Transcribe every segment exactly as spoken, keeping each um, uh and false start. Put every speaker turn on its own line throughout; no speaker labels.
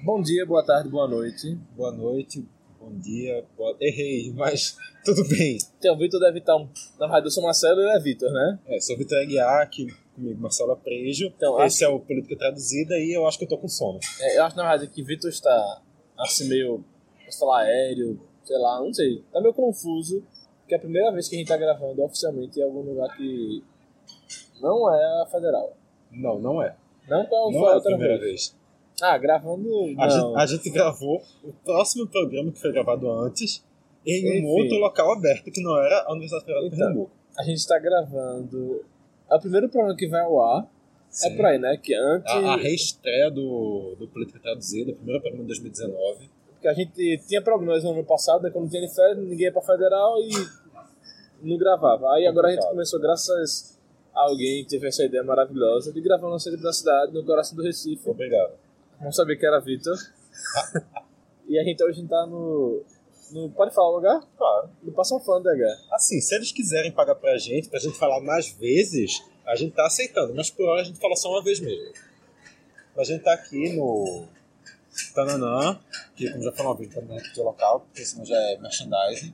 Bom dia, boa tarde, boa noite.
Boa noite, bom dia, boa... errei, mas tudo bem.
Então, o Vitor deve estar... Um... Na verdade, eu sou Marcelo e ele é Vitor, né?
É, sou Vitor Aguiar, aqui comigo Marcelo Aprejo. Então, Esse acho... é o Política Traduzida e eu acho que eu tô com sono.
É, eu acho, na verdade, que Vitor está assim meio... Posso falar aéreo, sei lá, não sei. Tá meio confuso, porque é a primeira vez que a gente tá gravando oficialmente em algum lugar que não é a Federal.
Não, não é.
Não, qual
não
foi
é
a
a
outra
primeira
vez?
vez.
Ah, gravando...
A gente, a gente gravou o próximo programa que foi gravado antes em
Enfim.
um outro local aberto que não era a Universidade Federal de
Então,
Pernambuco.
A gente está gravando... É o primeiro programa que vai ao ar.
Sim.
É por aí, né? Que antes...
A, a reestreia do, do Política Traduzida, o primeiro programa de dois mil e dezenove.
Porque a gente tinha problemas no ano passado, né? Quando tinha de férias, ninguém ia pra Federal e não gravava. Aí agora a gente começou, graças a alguém que teve essa ideia maravilhosa, de gravar no centro da cidade, no coração do Recife.
Obrigado.
Não sabia que era Vitor. E a gente hoje tá no... no pode falar o lugar?
Claro.
No Passa Alfândega.
Assim, se eles quiserem pagar pra gente, pra gente falar mais vezes, a gente tá aceitando. Mas por hora a gente fala só uma vez mesmo. A gente tá aqui no Tananã, que como já falou uma vez, também aqui do local, porque senão já é merchandising.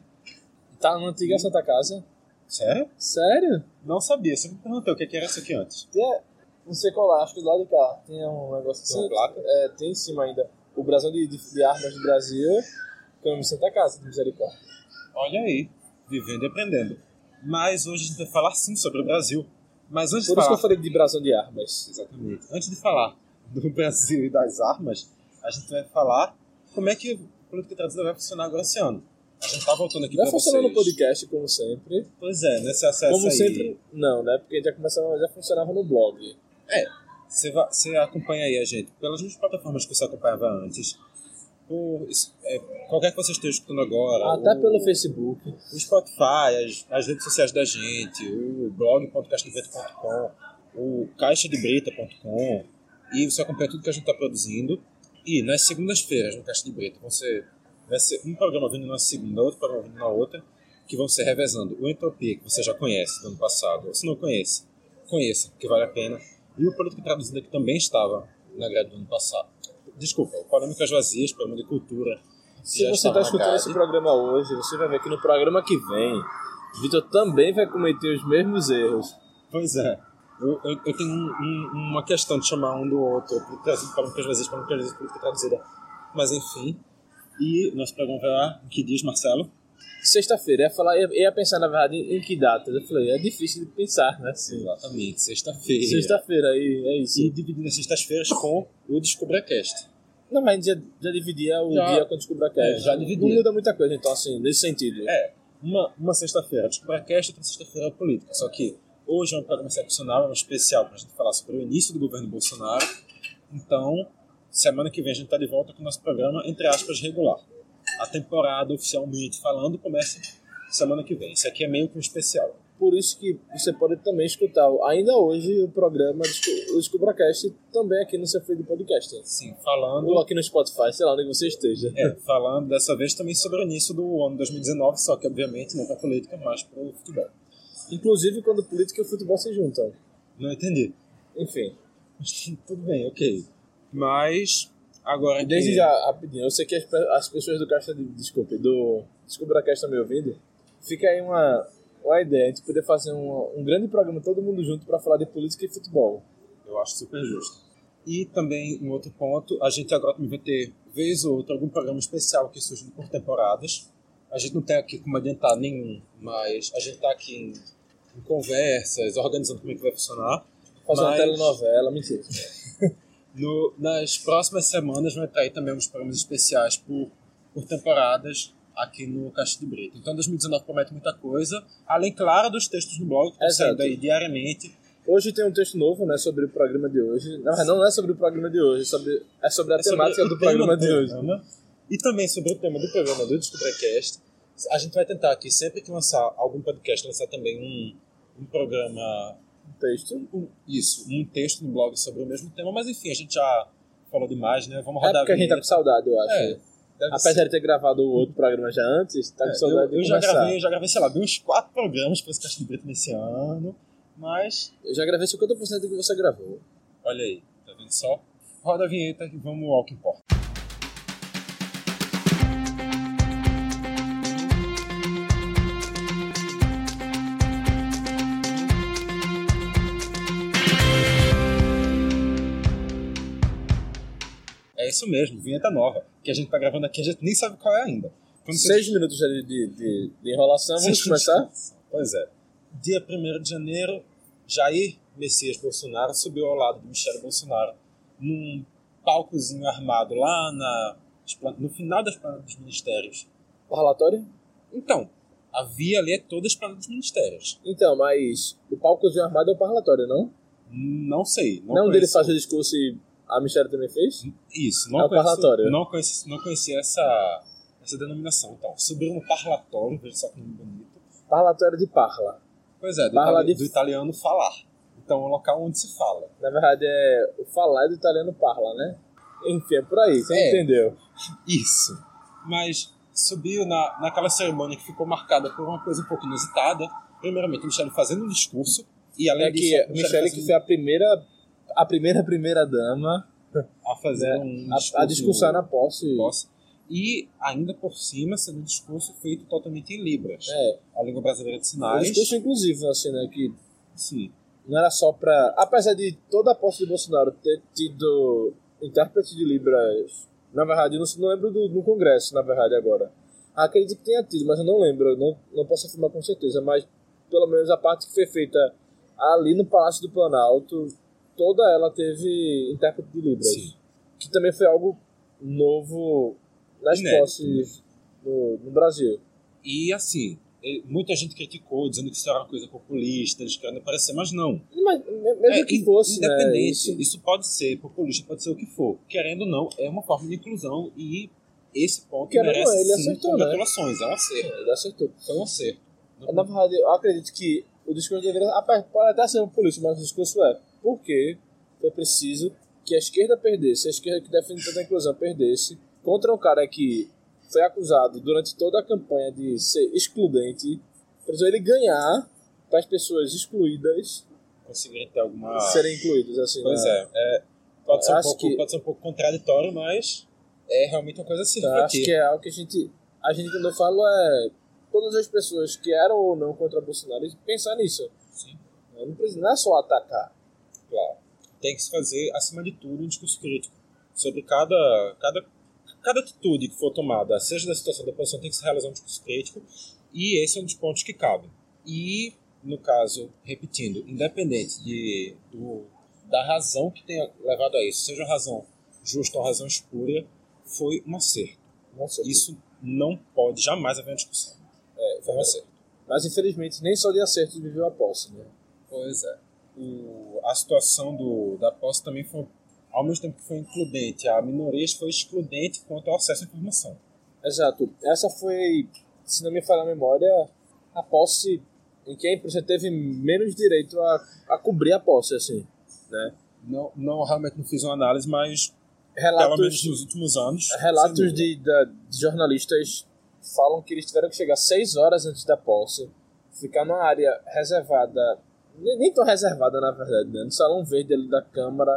Tá na antiga Santa Casa.
Sério?
Sério?
Não sabia, você me perguntou o que era isso aqui antes.
Tem, não sei qual lá, acho que do lado de cá tem um negócio assim.
Tem uma placa?
É, tem em cima ainda. O brasão de, de, de armas do Brasil, Câmara Santa Casa, de Misericórdia.
Olha aí, vivendo e aprendendo. Mas hoje a gente vai falar sim sobre o Brasil. Mas antes
Por
de
isso
falar...
que eu falei de brasão de armas.
Exatamente. Antes de falar do Brasil e das armas, a gente vai falar como é que a Política Traduzida vai funcionar agora esse ano. A gente tá voltando aqui
vai
pra vocês.
funcionar no podcast, como sempre.
Pois é, nesse acesso
como
aí...
Como sempre, não, né? Porque já, começava, já funcionava no blog.
É, você, vai, você acompanha aí a gente pelas mesmas plataformas que você acompanhava antes. Por, é, qualquer que você esteja escutando agora.
Até
o,
pelo Facebook.
O Spotify, as, as redes sociais da gente, o blog ponto caixa de brita ponto com, o caixa de brita ponto com, e você acompanha tudo que a gente está produzindo. E nas segundas-feiras, no Caixa de Brita, você vai ser um programa vindo na segunda, outro programa vindo na outra, que vão ser revezando o Entropia, que você já conhece do ano passado, ou se não conhece, conheça, que vale a pena, e o Política Traduzida, que também estava na grade do ano passado. Desculpa, o Polêmicas Vazias, programa de cultura.
Se você está escutando esse programa hoje, você vai ver que no programa que vem, Vitor também vai cometer os mesmos erros.
Pois é. Eu, eu, eu tenho um, um, uma questão de chamar um do outro, Polêmicas Vazias, Polêmicas Vazias, Política Traduzida. Mas enfim. E nosso programa vai lá, em que dias, Marcelo?
Sexta-feira. Eu ia, falar, eu ia pensar, na verdade, em que data. Eu falei, é difícil de pensar, né? Sim.
Exatamente, sexta-feira.
Sexta-feira, aí é isso.
E dividindo as sextas-feiras com o DescubraCast.
Não, mas a gente já, já dividia o já, dia com o DescubraCast.
É, já dividia.
Não muda muita coisa, então, assim, nesse sentido.
É, uma, uma sexta-feira DescubraCast, outra sexta-feira política. Só que hoje é um programa excepcional, é um especial para a gente falar sobre o início do governo Bolsonaro. Então, semana que vem a gente está de volta com o nosso programa, entre aspas, regular. A temporada, oficialmente falando, começa semana que vem. Isso aqui é meio que um especial.
Por isso que você pode também escutar, ainda hoje, o programa do DescubraCast também aqui no seu feed de podcast.
Sim, falando...
Ou aqui no Spotify, sei lá onde você esteja.
É, falando dessa vez também sobre o início do ano dois mil e dezenove, só que obviamente não para política, mas para o futebol.
Inclusive quando política e o futebol se juntam.
Não entendi.
Enfim.
Tudo bem, ok. Mas... Agora
Desde
que...
já, rapidinho, eu sei que as, as pessoas do Caixa de... Desculpe, do DescubraCast estão me ouvindo. Fica aí uma, uma ideia, a gente poder fazer um, um grande programa, todo mundo junto, para falar de política e futebol.
Eu acho super justo. E também, um outro ponto, a gente agora também vai ter, vez ou outra, algum programa especial que surge por temporadas. A gente não tem aqui como adiantar nenhum, mas a gente está aqui em, em conversas, organizando como é que vai funcionar.
Fazer
mas...
uma telenovela, mentira.
No, nas próximas semanas vai estar aí também uns programas especiais por, por temporadas aqui no Caixa de Brita. Então dois mil e dezenove promete muita coisa, além, claro, dos textos no blog, que estão saindo aí diariamente.
Hoje tem um texto novo, né, sobre o programa de hoje. Não, não é sobre o programa de hoje, é sobre, é sobre a é temática sobre do programa de hoje.
Programa, e também sobre o tema do programa do DescubraCast. A gente vai tentar aqui, sempre que lançar algum podcast, lançar também um, um programa...
Um texto?
Um, isso, um texto no blog sobre o mesmo tema, mas enfim, a gente já falou demais, né? Vamos rodar
é porque a, a gente tá com saudade, eu acho. É, apesar
ser.
de ter gravado o outro programa já antes, tá com
é,
saudade
eu, eu
de
já
conversar.
gravei, eu já gravei, sei lá, vi uns quatro programas para esse Caixa de Brita nesse ano, mas...
Eu já gravei cinquenta por cento do que você gravou.
Olha aí, tá vendo só? Roda a vinheta e vamos ao que importa. É isso mesmo, vinheta nova. Que a gente tá gravando aqui, a gente nem sabe qual é ainda. Quando
Seis
você...
minutos de, de, de, de enrolação, vamos começar?
Pois é. Dia primeiro de janeiro, Jair Messias Bolsonaro subiu ao lado de Michele Bolsonaro num palcozinho armado lá na, no final das planadas dos ministérios.
O relatório?
Então, a via ali é toda a esplanada dos ministérios.
Então, mas o palcozinho armado é o parlatório, não?
Não sei. Não,
não
conheço...
dele faz o discurso e a Michele também fez?
Isso. Não
é o
conheço,
parlatório.
Não conhecia não conheci essa, essa denominação. Então, subiram no parlatório, veja só que nome bonito.
Parlatório de parla.
Pois é, do,
parla
itali-
de...
do italiano falar. Então, é um local onde se fala.
Na verdade, é o falar do italiano parla, né? Enfim, é por aí, você
é,
entendeu.
Isso. Mas subiu na, naquela cerimônia que ficou marcada por uma coisa um pouco inusitada. Primeiramente, a Michele fazendo um discurso. E além
é
disso,
que
a
Michele
fazendo...
que foi a primeira, a primeira primeira dama
a fazer
né?
um
discurso, a, a discussão na posse.
posse. E ainda por cima, sendo um discurso feito totalmente em Libras.
É.
A língua brasileira de sinais.
Um discurso inclusivo, assim, né? Que
sim.
Não era só pra... Apesar de toda a posse de Bolsonaro ter tido intérprete de Libras... Na verdade, eu não, não lembro do, do Congresso, na verdade, agora. Acredito que tenha tido, mas eu não lembro. Eu não, não posso afirmar com certeza. Mas, pelo menos, a parte que foi feita ali no Palácio do Planalto, toda ela teve intérprete de Libras.
Sim.
Que também foi algo novo nas
Inédito,
posses no, no Brasil.
E, assim... Muita gente criticou, dizendo que isso era uma coisa populista, eles querem aparecer, mas não.
Mas, mesmo
é,
que fosse,
independente,
né?
Isso... isso pode ser populista, pode ser o que for. Querendo ou não, é uma forma de inclusão e esse ponto
Querendo
merece
não, ele
sim
acertou,
congratulações. Né? É um acerto.
Ele acertou.
Foi um acerto.
Na verdade, eu acredito que o discurso deveria... Pode até ser populista, mas o discurso é porque é preciso que a esquerda perdesse, a esquerda que defende toda a inclusão perdesse, contra um cara que foi acusado durante toda a campanha de ser excludente, precisou ele ganhar para as pessoas excluídas
conseguirem ter alguma...
serem incluídas. Assim,
pois
na...
é, é pode, ser um pouco,
que...
pode ser um pouco contraditório, mas é realmente uma coisa a se refletir.
Acho que é algo que a gente, a gente quando eu falo é todas as pessoas que eram ou não contra Bolsonaro pensar nisso.
Sim.
Não, precisa, não é só atacar.
Claro. Tem que se fazer, acima de tudo, um discurso crítico sobre cada, cada, cada atitude que for tomada, seja da situação da oposição, tem que se realizar um discurso crítico, e esse é um dos pontos que cabe. E, no caso, repetindo, independente de, do, da razão que tenha levado a isso, seja uma razão justa ou uma razão espúria, foi um acerto.
Um acerto.
Isso não pode jamais haver uma discussão. É, foi um acerto.
Mas, infelizmente, nem só de acerto viveu a posse, né?
Pois é. O, a situação do, da posse também foi, ao mesmo tempo que foi includente, a minorias foi excludente quanto ao acesso à informação.
Exato. Essa foi, se não me falha a memória, a posse em que a imprensa teve menos direito a, a cobrir a posse, assim, né?
Não, não, realmente não fiz uma análise, mas
relatos,
pelo menos nos últimos anos...
Relatos de, de, de jornalistas falam que eles tiveram que chegar seis horas antes da posse, ficar numa área reservada, nem, nem tão reservada, na verdade, né? No salão verde ali da Câmara,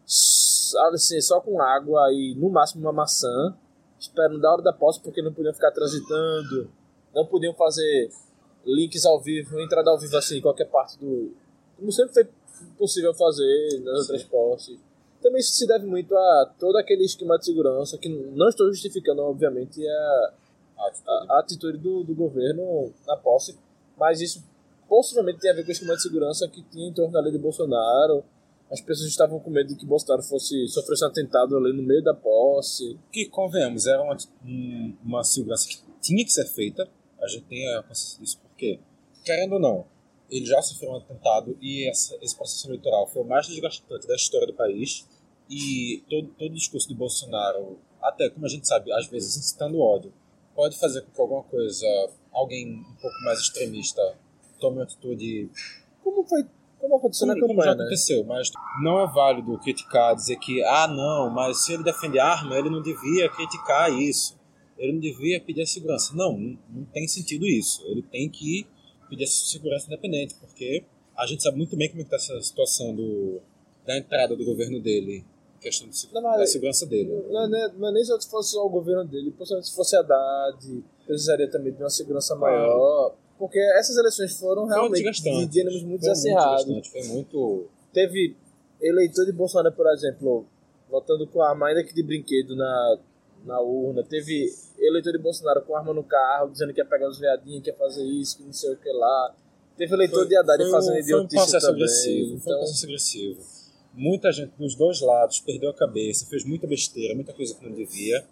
assim, só com água e, no máximo, uma maçã, esperando da hora da posse, porque não podiam ficar transitando, não podiam fazer links ao vivo, entrada ao vivo, assim, em qualquer parte do... Como sempre foi possível fazer nas outras posses. Também isso se deve muito a todo aquele esquema de segurança, que não estou justificando, obviamente, a, a, a atitude do, do governo na posse, mas isso possivelmente tem a ver com o esquema de segurança que tinha em torno ali de Bolsonaro. As pessoas estavam com medo de que Bolsonaro fosse sofresse um atentado ali no meio da posse.
Que, convenhamos, era uma, uma segurança que tinha que ser feita. A gente tem a consciência disso porque, querendo ou não, ele já sofreu um atentado e essa, esse processo eleitoral foi o mais desgastante da história do país. E todo, todo o discurso de Bolsonaro, até como a gente sabe, às vezes incitando ódio, pode fazer com que alguma coisa, alguém um pouco mais extremista tome uma atitude...
Como foi... Como aconteceu
como,
na campanha,
como já
né?
aconteceu, mas não é válido criticar, dizer que, ah, não, mas se ele defende arma, ele não devia criticar isso, ele não devia pedir a segurança. Não, não, não tem sentido isso. Ele tem que pedir a segurança independente, porque a gente sabe muito bem como é que está essa situação do, da entrada do governo dele, a questão de, não, da segurança dele.
Não, não, não é nem só se fosse só o governo dele, possivelmente se fosse Haddad, precisaria também de uma segurança maior. Ah. Porque essas eleições foram realmente de ânimos muito acirrados.
Foi muito...
Teve eleitor de Bolsonaro, por exemplo, votando com arma ainda que de brinquedo na, na urna. Teve eleitor de Bolsonaro com arma no carro, dizendo que ia pegar os veadinhos, que ia fazer isso, que não sei o que lá. Teve eleitor
Foi,
de Haddad
foi
fazendo
um,
idiotice
foi um processo
também.
agressivo,
Então,
foi um processo agressivo. Muita gente dos dois lados perdeu a cabeça, fez muita besteira, muita coisa que não devia.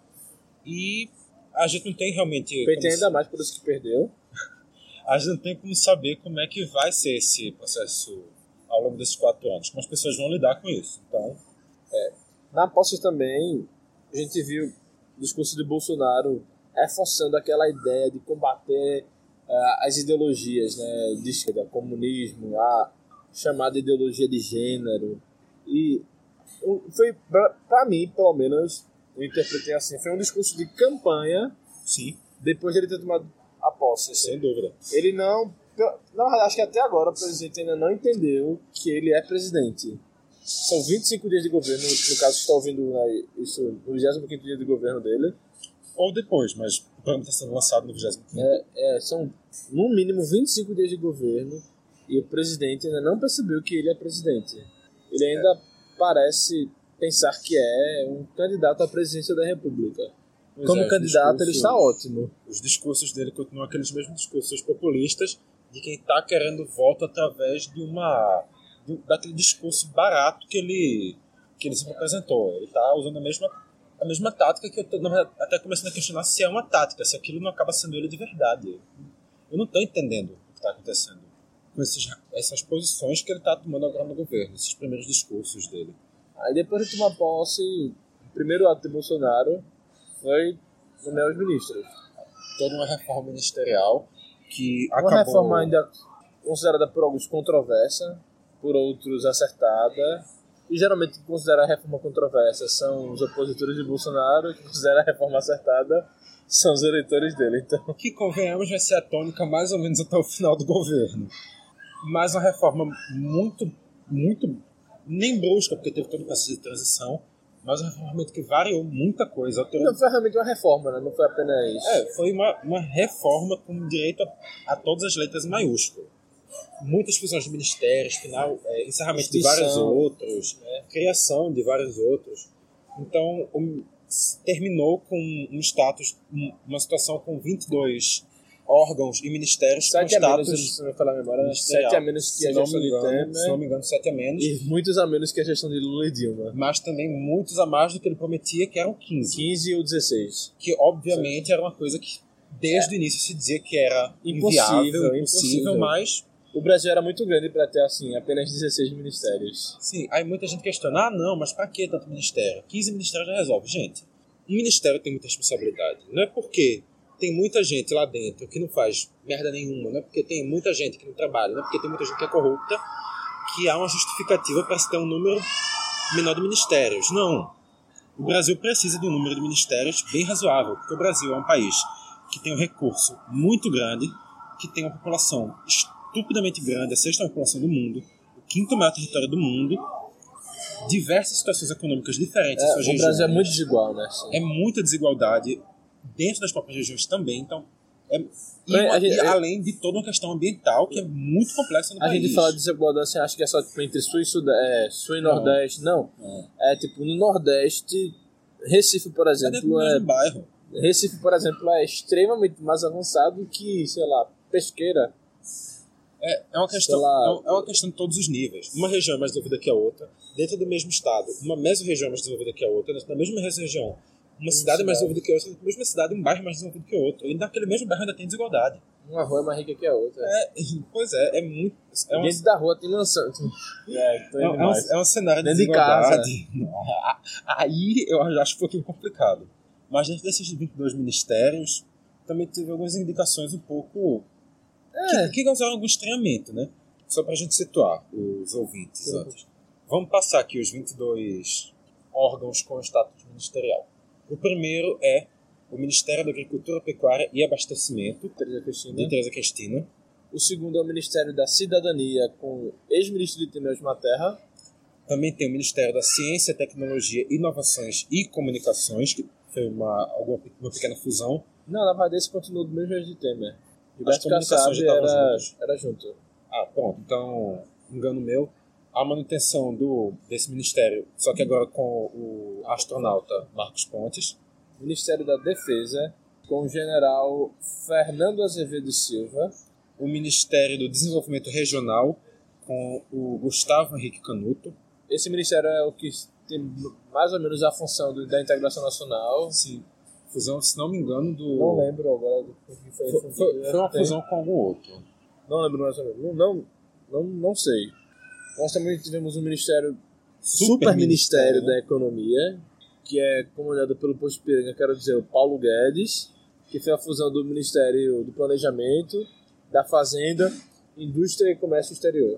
E a gente não tem realmente...
o P T ainda mais por isso que perdeu.
A gente não tem como saber como é que vai ser esse processo ao longo desses quatro anos, como as pessoas vão lidar com isso. Então,
é. Na posse também, a gente viu o discurso de Bolsonaro reforçando aquela ideia de combater uh, as ideologias, né, de esquerda, comunismo, a chamada ideologia de gênero. E foi, para mim, pelo menos, eu interpretei assim, foi um discurso de campanha.
sim,
depois de ele ter tomado a posse. Assim.
Sem dúvida.
Ele não... Na verdade, acho que até agora o presidente ainda não entendeu que ele é presidente. São vinte e cinco dias de governo, no caso, está ouvindo né, isso no vigésimo quinto dia de governo dele.
Ou depois, mas o programa está sendo lançado no vigésimo quinto.
É, é, são, no mínimo, vinte e cinco dias de governo e o presidente ainda não percebeu que ele é presidente. Ele ainda é. parece pensar que é um candidato à presidência da República. Pois Como é, candidato, ele está ótimo.
Os discursos dele continuam aqueles mesmos discursos populistas de quem está querendo voto através de uma... de, daquele discurso barato que ele, que ele se apresentou. Ele está usando a mesma, a mesma tática que eu estou até começando a questionar se é uma tática, se aquilo não acaba sendo ele de verdade. Eu não estou entendendo o que está acontecendo com esses, essas posições que ele está tomando agora no governo, esses primeiros discursos dele.
Aí depois de tomar posse, o primeiro ato de Bolsonaro foi nomear os ministros.
Toda uma reforma ministerial que
uma
acabou... Uma
reforma ainda considerada por alguns controversa, por outros acertada. E geralmente quem considera a reforma controversa são os opositores de Bolsonaro, e quem considera a reforma acertada são os eleitores dele. Então...
que, convenhamos, vai ser a tônica mais ou menos até o final do governo. Mas uma reforma muito, muito... nem brusca, porque teve todo o processo de transição, mas uma reforma que variou muita coisa. Alterou...
Não foi realmente uma reforma, né? Não foi apenas isso.
É, foi uma, uma reforma com direito a, a todas as letras em maiúsculo. Muitas fusões de ministérios, final, é, encerramento de vários outros, né? Criação de vários outros. Então, um, terminou com um status, um, uma situação com vinte e dois órgãos e ministérios com
sete
status...
a menos, se não falar a memória, sete a menos que a gestão de Temer.
Se não me engano, sete a menos.
E muitos a menos que a gestão de Lula e Dilma.
Mas também muitos a mais do que ele prometia, que eram quinze.
quinze ou dezesseis.
Que, obviamente, era uma coisa que, desde é. o início, se dizia que era
impossível,
inviável, impossível, mas...
o Brasil era muito grande para ter, assim, apenas dezesseis ministérios.
Sim, aí muita gente questiona, ah, não, mas para que tanto ministério? quinze ministérios já resolve. Gente, um ministério tem muita responsabilidade. Não é porque tem muita gente lá dentro que não faz merda nenhuma, não é porque tem muita gente que não trabalha, não é porque tem muita gente que é corrupta, que há uma justificativa para se ter um número menor de ministérios. Não. O Brasil precisa de um número de ministérios bem razoável, porque o Brasil é um país que tem um recurso muito grande, que tem uma população estupidamente grande, a sexta população do mundo, o quinto maior território do mundo, diversas situações econômicas diferentes.
É, o Brasil regiões. É muito desigual, né? Sim.
É muita desigualdade dentro das próprias regiões também, então é, e, uma, gente, e além de toda uma questão ambiental que é muito complexa no
a
país.
A gente fala de desigualdade, você acha que é só tipo, entre Sul e, Sudeste, é, Sul e não. Nordeste? Não. É. é tipo, no Nordeste, Recife, por exemplo,
é,
é
bairro.
Recife, por exemplo, é extremamente mais avançado que, sei lá, Pesqueira.
É, é, uma questão, lá, é uma questão de todos os níveis. Uma região é mais desenvolvida que a outra, dentro do mesmo estado. Uma mesorregião é mais desenvolvida que a outra, na mesma região. Uma cidade é mais desenvolvida que a outra, na mesma cidade, um bairro é mais desenvolvido que o outro. E naquele mesmo bairro ainda tem desigualdade.
Uma rua é mais rica que a outra.
É, pois é, é muito... É
dentro uma... da rua tem mansão.
É, é, é, um, é um cenário de dentro desigualdade. De casa. Aí eu acho um pouquinho complicado. Mas dentro desses vinte e dois ministérios, também teve algumas indicações um pouco... É. Que, que causaram algum estranhamento, né? Só pra gente situar os ouvintes Sim. antes. Vamos passar aqui os vinte e dois órgãos com status ministerial. O primeiro é o Ministério da Agricultura, Pecuária e Abastecimento,
Tereza Cristina.
de Tereza Cristina.
O segundo é o Ministério da Cidadania, com o ex-ministro de Temer Materra.
Também tem o Ministério da Ciência, Tecnologia, Inovações e Comunicações, que foi uma, alguma, uma pequena fusão.
Não, na verdade esse continua do mesmo jeito de Temer. Gilberto Kassab era, era junto.
Ah, pronto. Então, engano meu. a manutenção do, desse ministério, só que agora com o astronauta Marcos Pontes.
Ministério da Defesa, com o general Fernando Azevedo Silva.
O Ministério do Desenvolvimento Regional, com o Gustavo Henrique Canuto.
Esse ministério é o que tem mais ou menos a função do, da integração nacional.
Sim. Fusão, se não me engano, do...
Não lembro agora do que foi.
Foi, foi, foi uma fusão com algum outro.
Não lembro mais ou menos. Não, não, não, não sei. Nós também tivemos um ministério, super, super ministério, ministério da Economia, que é comandado pelo posto Piranga, quero dizer, o Paulo Guedes, que foi a fusão do Ministério do Planejamento, da Fazenda, Indústria e Comércio Exterior.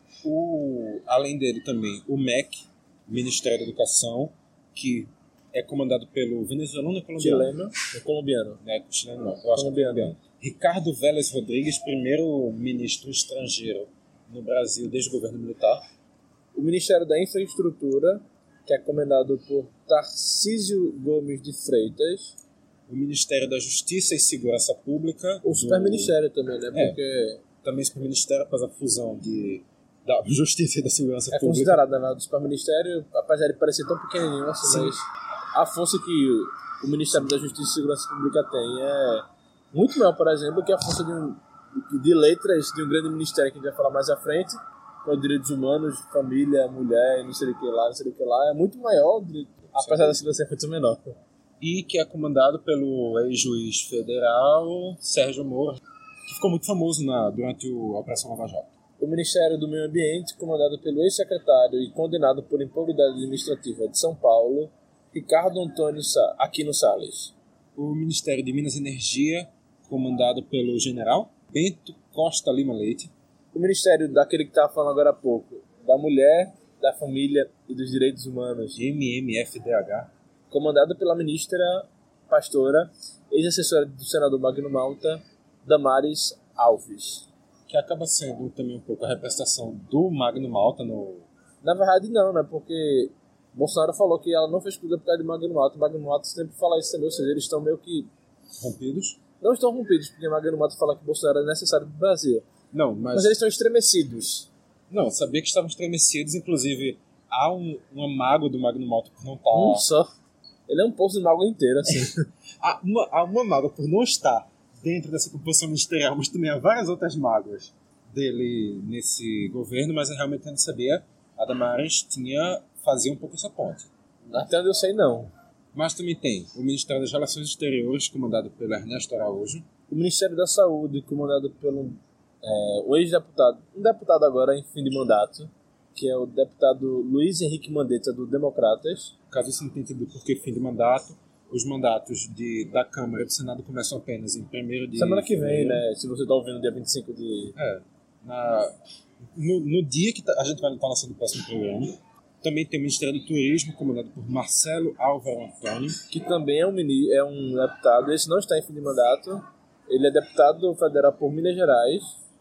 O, além dele também, o M E C, Ministério da Educação, que é comandado pelo venezuelano ou colombiano?
Chileno, é colombiano.
Não é chileno, não. Eu acho colombiano. Que é colombiano. Ricardo Vélez Rodrigues, primeiro ministro estrangeiro no Brasil desde o governo militar.
O Ministério da Infraestrutura, que é comandado por Tarcísio Gomes de Freitas.
O Ministério da Justiça e Segurança Pública.
O Superministério do... também, né? Porque...
É, também o Superministério, após a fusão de, da Justiça e da Segurança
é
Pública. É
considerado, né, do Superministério, apesar de parecer tão pequenininho assim, Sim. mas a força que o Ministério da Justiça e Segurança Pública tem é muito maior, por exemplo, que a força de, um, de letras de um grande ministério que a gente vai falar mais à frente, que é o Direitos Humanos, Família, Mulher, não sei o que lá, não sei o que lá, é muito maior, apesar da segurança ser muito menor.
E que é comandado pelo ex-juiz federal Sérgio Moro, que ficou muito famoso na, durante o, a Operação Lava Jato.
O Ministério do Meio Ambiente, comandado pelo ex-secretário e condenado por improbidade administrativa de São Paulo, Ricardo Antônio Sa- Aquino Salles.
O Ministério de Minas e Energia, comandado pelo general Bento Costa Lima Leite.
O Ministério daquele que estava falando agora há pouco, da Mulher, da Família e dos Direitos Humanos.
M M F D H.
Comandado pela ministra pastora, ex-assessora do senador Magno Malta, Damares Alves.
Que acaba sendo também um pouco a representação do Magno Malta no...
Na verdade não, né? Porque Bolsonaro falou que ela não fez tudo por causa de Magno Malta. Magno Malta sempre fala isso também, ou seja, eles estão meio que...
Rompidos?
Não estão rompidos, porque Magno Malta fala que Bolsonaro é necessário para o Brasil.
Não, mas...
Mas eles estão estremecidos.
Não, sabia que estavam estremecidos, inclusive há um, uma mágoa do Magno Malta por não estar...
Um só. Ele é um poço de mágoa inteiro, assim.
há, uma, há uma mágoa por não estar dentro dessa composição ministerial, mas também há várias outras mágoas dele nesse governo, mas eu realmente não sabia. A Damares tinha, fazia um pouco essa ponte.
Até onde eu sei, não.
Mas também tem o Ministério das Relações Exteriores, comandado pelo Ernesto Araújo.
O Ministério da Saúde, comandado pelo é, o ex-deputado, um deputado agora em fim de mandato, que é o deputado Luiz Henrique Mandetta, do Democratas.
Caso você não tenha entendido por que fim de mandato, os mandatos de, da Câmara e do Senado começam apenas em primeiro de...
Semana que vem, né? Se você está ouvindo, dia vinte e cinco de...
É. Na, no, no dia que a gente vai estar lançando o próximo programa. Também tem o Ministério do Turismo, comandado por Marcelo Álvaro Antônio.
Que também é um, mini, é um deputado, esse não está em fim de mandato. Ele é deputado federal por Minas Gerais.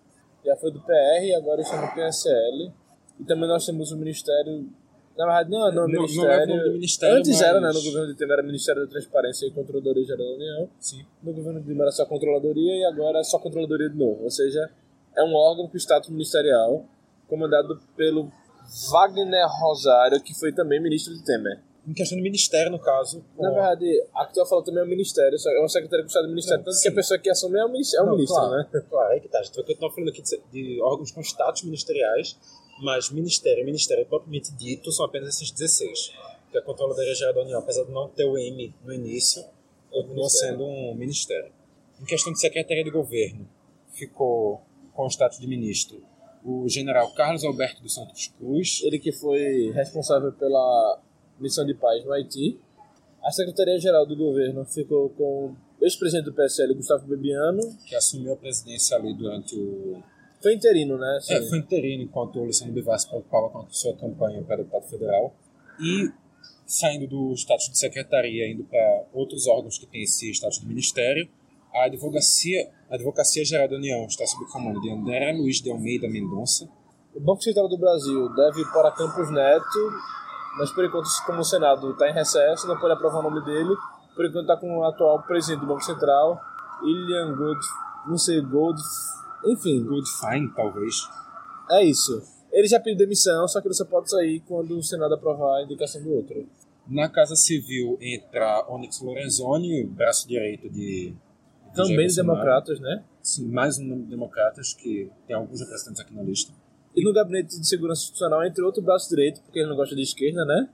Já foi do P R e agora está no P S L. E também nós temos o Ministério... Na verdade, não, não,
não,
Ministério...
não é o nome do Ministério,
Antes
mas...
era, né? No governo de Temer era Ministério da Transparência e Controladoria Geral da União.
Sim.
No governo de Dilma era só Controladoria e agora é só Controladoria de novo. Ou seja, é um órgão com status ministerial, comandado pelo Wagner Rosário, que foi também ministro de Temer.
Em questão de ministério, no caso...
Na com... verdade, a que tu falou também é o ministério, é uma secretária de Estado do Ministério, não, tanto sim. que a pessoa que assume é o ministro, é o não, ministro
claro,
né?
Claro, é que tá. A gente vai continuar falando aqui de, de órgãos com status ministeriais, mas ministério e ministério propriamente dito são apenas esses dezesseis. Que a Controladoria Geral da União, apesar de não ter o M no início, continua sendo um ministério. Em questão de Secretaria de Governo, ficou com o status de ministro o general Carlos Alberto dos Santos Cruz.
Ele que foi responsável pela missão de paz no Haiti. A Secretaria-Geral do Governo ficou com o ex-presidente do P S L, Gustavo Bebiano.
Que assumiu a presidência ali durante o...
Foi interino, né?
Sim. É, foi interino enquanto o Luciano Bivar se preocupava com a sua campanha para deputado federal. E saindo do status de secretaria, indo para outros órgãos que têm esse status de ministério, a Advocacia, a Advocacia Geral da União está sob o comando de André Luiz de Almeida Mendonça.
O Banco Central do Brasil deve ir para Campos Neto, mas por enquanto, como o Senado está em recesso, não pode aprovar o nome dele. Por enquanto está com o atual presidente do Banco Central, Ilian Gold, não sei, Gold, enfim.
Goldfein, talvez.
É isso. Ele já pediu demissão, só que ele só pode sair quando o Senado aprovar a indicação do outro.
Na Casa Civil entra Onyx Lorenzoni, braço direito de... de
Também de democratas, né?
Sim, mais um nome de democratas, que tem alguns representantes aqui na lista.
E no Gabinete de Segurança Institucional, entre outro braço direito, porque ele não gosta de esquerda, né?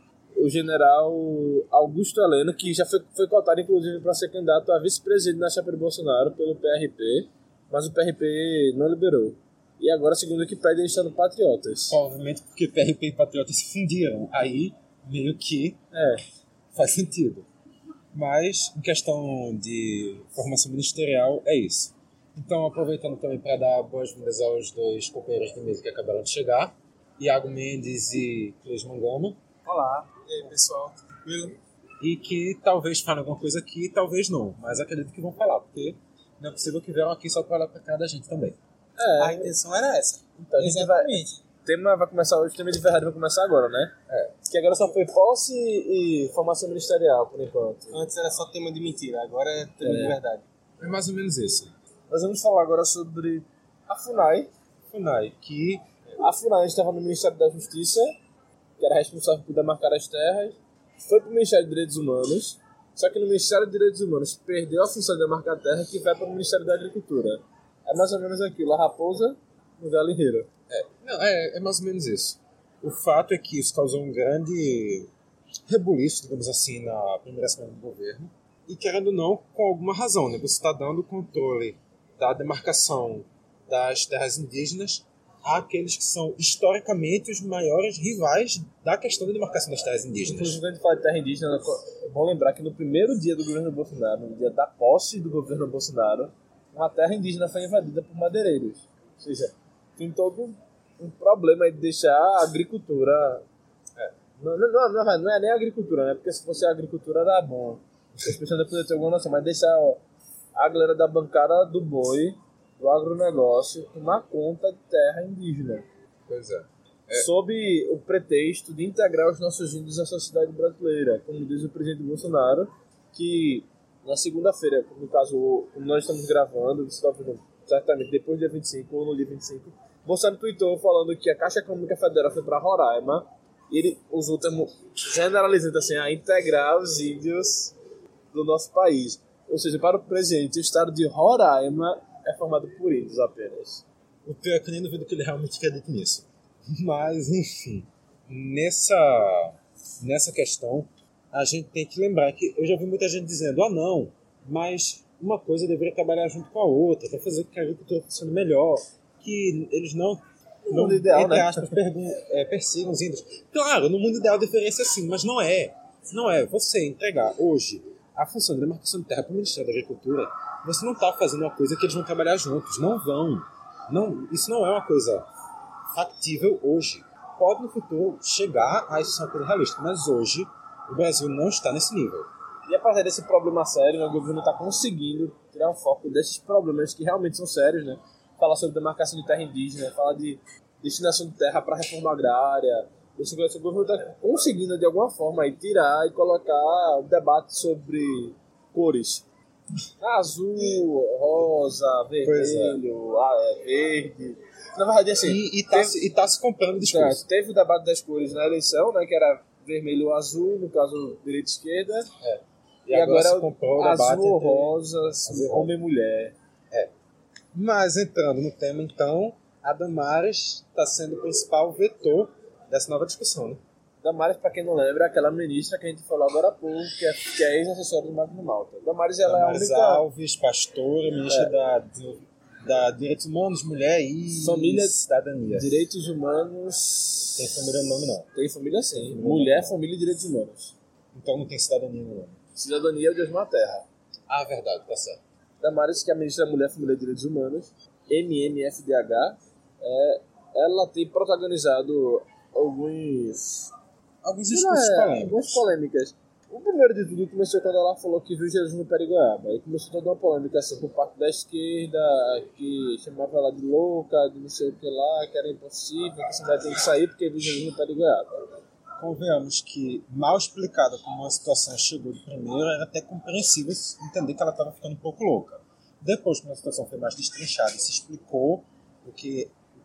O general Augusto Heleno, que já foi, foi cotado, inclusive, para ser candidato a vice-presidente na chapa de Bolsonaro pelo P R P, mas o P R P não liberou. E agora, segundo o Wikipedia, ele está no Patriotas.
Provavelmente porque P R P e Patriotas se fundiram. Aí, meio que
É.
faz sentido. Mas, em questão de formação ministerial, é isso. Então, aproveitando também para dar boas-vindas aos dois companheiros de mesa que acabaram de chegar, Iago Mendes e Cleis Mangama.
Olá, e aí pessoal, tranquilo?
E que talvez falem alguma coisa aqui, talvez não, mas acredito que vão falar, porque não é possível que vieram aqui só para olhar para cara da gente também.
É.
A intenção era essa.
Então, a gente vai, o tema vai começar hoje, o tema de verdade vai começar agora, né?
É.
Que agora só foi posse e formação ministerial, por enquanto.
Antes era só tema de mentira, agora é tema
É.
de verdade.
É mais ou menos isso.
Nós vamos falar agora sobre a FUNAI.
FUNAI, que
A FUNAI estava no Ministério da Justiça, que era responsável por demarcar as terras, foi para o Ministério de Direitos Humanos, só que no Ministério de Direitos Humanos perdeu a função de demarcar a terra, que vai para o Ministério da Agricultura. É mais ou menos aquilo, a raposa no galinheiro.
É, não, é, é mais ou menos isso. O fato é que isso causou um grande rebuliço, digamos assim, na primeira semana do governo. E, querendo ou não, com alguma razão, né? Você está dando controle da demarcação das terras indígenas àqueles que são, historicamente, os maiores rivais da questão da demarcação das terras indígenas.
Inclusive, quando a gente fala de terra indígena, é bom lembrar que no primeiro dia do governo Bolsonaro, no dia da posse do governo Bolsonaro, uma terra indígena foi invadida por madeireiros. Ou seja, tem todo um problema aí de deixar a agricultura... É, não, não, não, não, não é nem a agricultura, né? Porque se fosse a agricultura era bom. As pessoas ainda poderiam ter alguma noção, mas deixar ó, a galera da bancada do boi, do agronegócio, tomar conta de terra indígena.
Pois é. É.
Sob o pretexto de integrar os nossos índios à sociedade brasileira, como diz o presidente Bolsonaro, que na segunda-feira, no caso, como nós estamos gravando, você está ouvindo certamente depois do dia vinte e cinco ou no dia vinte e cinco, Bolsonaro tweetou falando que a Caixa Econômica Federal foi para Roraima e ele usou o termo generalizando assim, a integrar os índios do nosso país. Ou seja, para o presidente, o estado de Roraima é formado por índios apenas.
O pior é que eu nem duvido que ele realmente acredite nisso. Mas, enfim, nessa, nessa questão, a gente tem que lembrar que eu já vi muita gente dizendo, ah não, mas uma coisa deveria trabalhar junto com a outra, para fazer com que a agricultura funcione melhor, que eles não,
No mundo ideal,
entre
né?
aspas, pergun- é, persigam os índios. Claro, no mundo ideal deveria ser assim, mas não é. Não é. Você entregar hoje a função de demarcação de terra para o Ministério da Agricultura, você não está fazendo uma coisa que eles vão trabalhar juntos. Não vão. Não, isso não é uma coisa factível hoje. Pode no futuro chegar a isso ser uma coisa realística, mas hoje o Brasil não está nesse nível.
E a partir desse problema sério, né, o governo está conseguindo tirar o foco desses problemas que realmente são sérios, né? Falar sobre demarcação de terra indígena, falar de destinação de terra para reforma agrária. Esse governo está conseguindo, de alguma forma, aí, tirar e colocar o debate sobre cores. Azul, rosa, vermelho, ah, é, verde. Na verdade, assim...
E está se, e tá se comprando o discurso.
Certo, teve o debate das cores na eleição, né, que era vermelho ou azul, no caso, direita e esquerda.
É.
E, e agora, agora
se comprou o
azul
debate
ou
entre...
rosa, assim, homem e mulher.
É. Mas entrando no tema, então, a Damares está sendo o principal vetor dessa nova discussão, né?
Damares, para quem não lembra, é aquela ministra que a gente falou agora há pouco, que é, que é ex-assessora do Magno Malta. Damares, ela
Damares
é a única...
Alves, pastora, ministra é. da, da Direitos Humanos, Mulher e
família,
Cidadania.
Direitos Humanos...
Tem família no nome, não.
Tem família, sim. Tem mulher, família e Direitos Humanos.
Então não tem cidadania no nome.
Cidadania é o Deus na Terra.
Ah, verdade, tá certo.
Damares, que é a ministra da Mulher, Família e Direitos Humanos, M M F D H, é, ela tem protagonizado alguns...
Alguns discursos é, polêmicos.
Algumas polêmicas. O primeiro de tudo começou quando ela falou que viu Jesus no Perigoiaba. Aí começou toda uma polêmica assim, por parte da esquerda, que chamava ela de louca, de não sei o que lá, que era impossível, que você vai ter que sair porque viu Jesus no Perigoiaba.
Convenhamos que, mal explicada como a situação chegou de primeiro, era até compreensível entender que ela estava ficando um pouco louca. Depois, quando a situação foi mais destrinchada e se explicou o que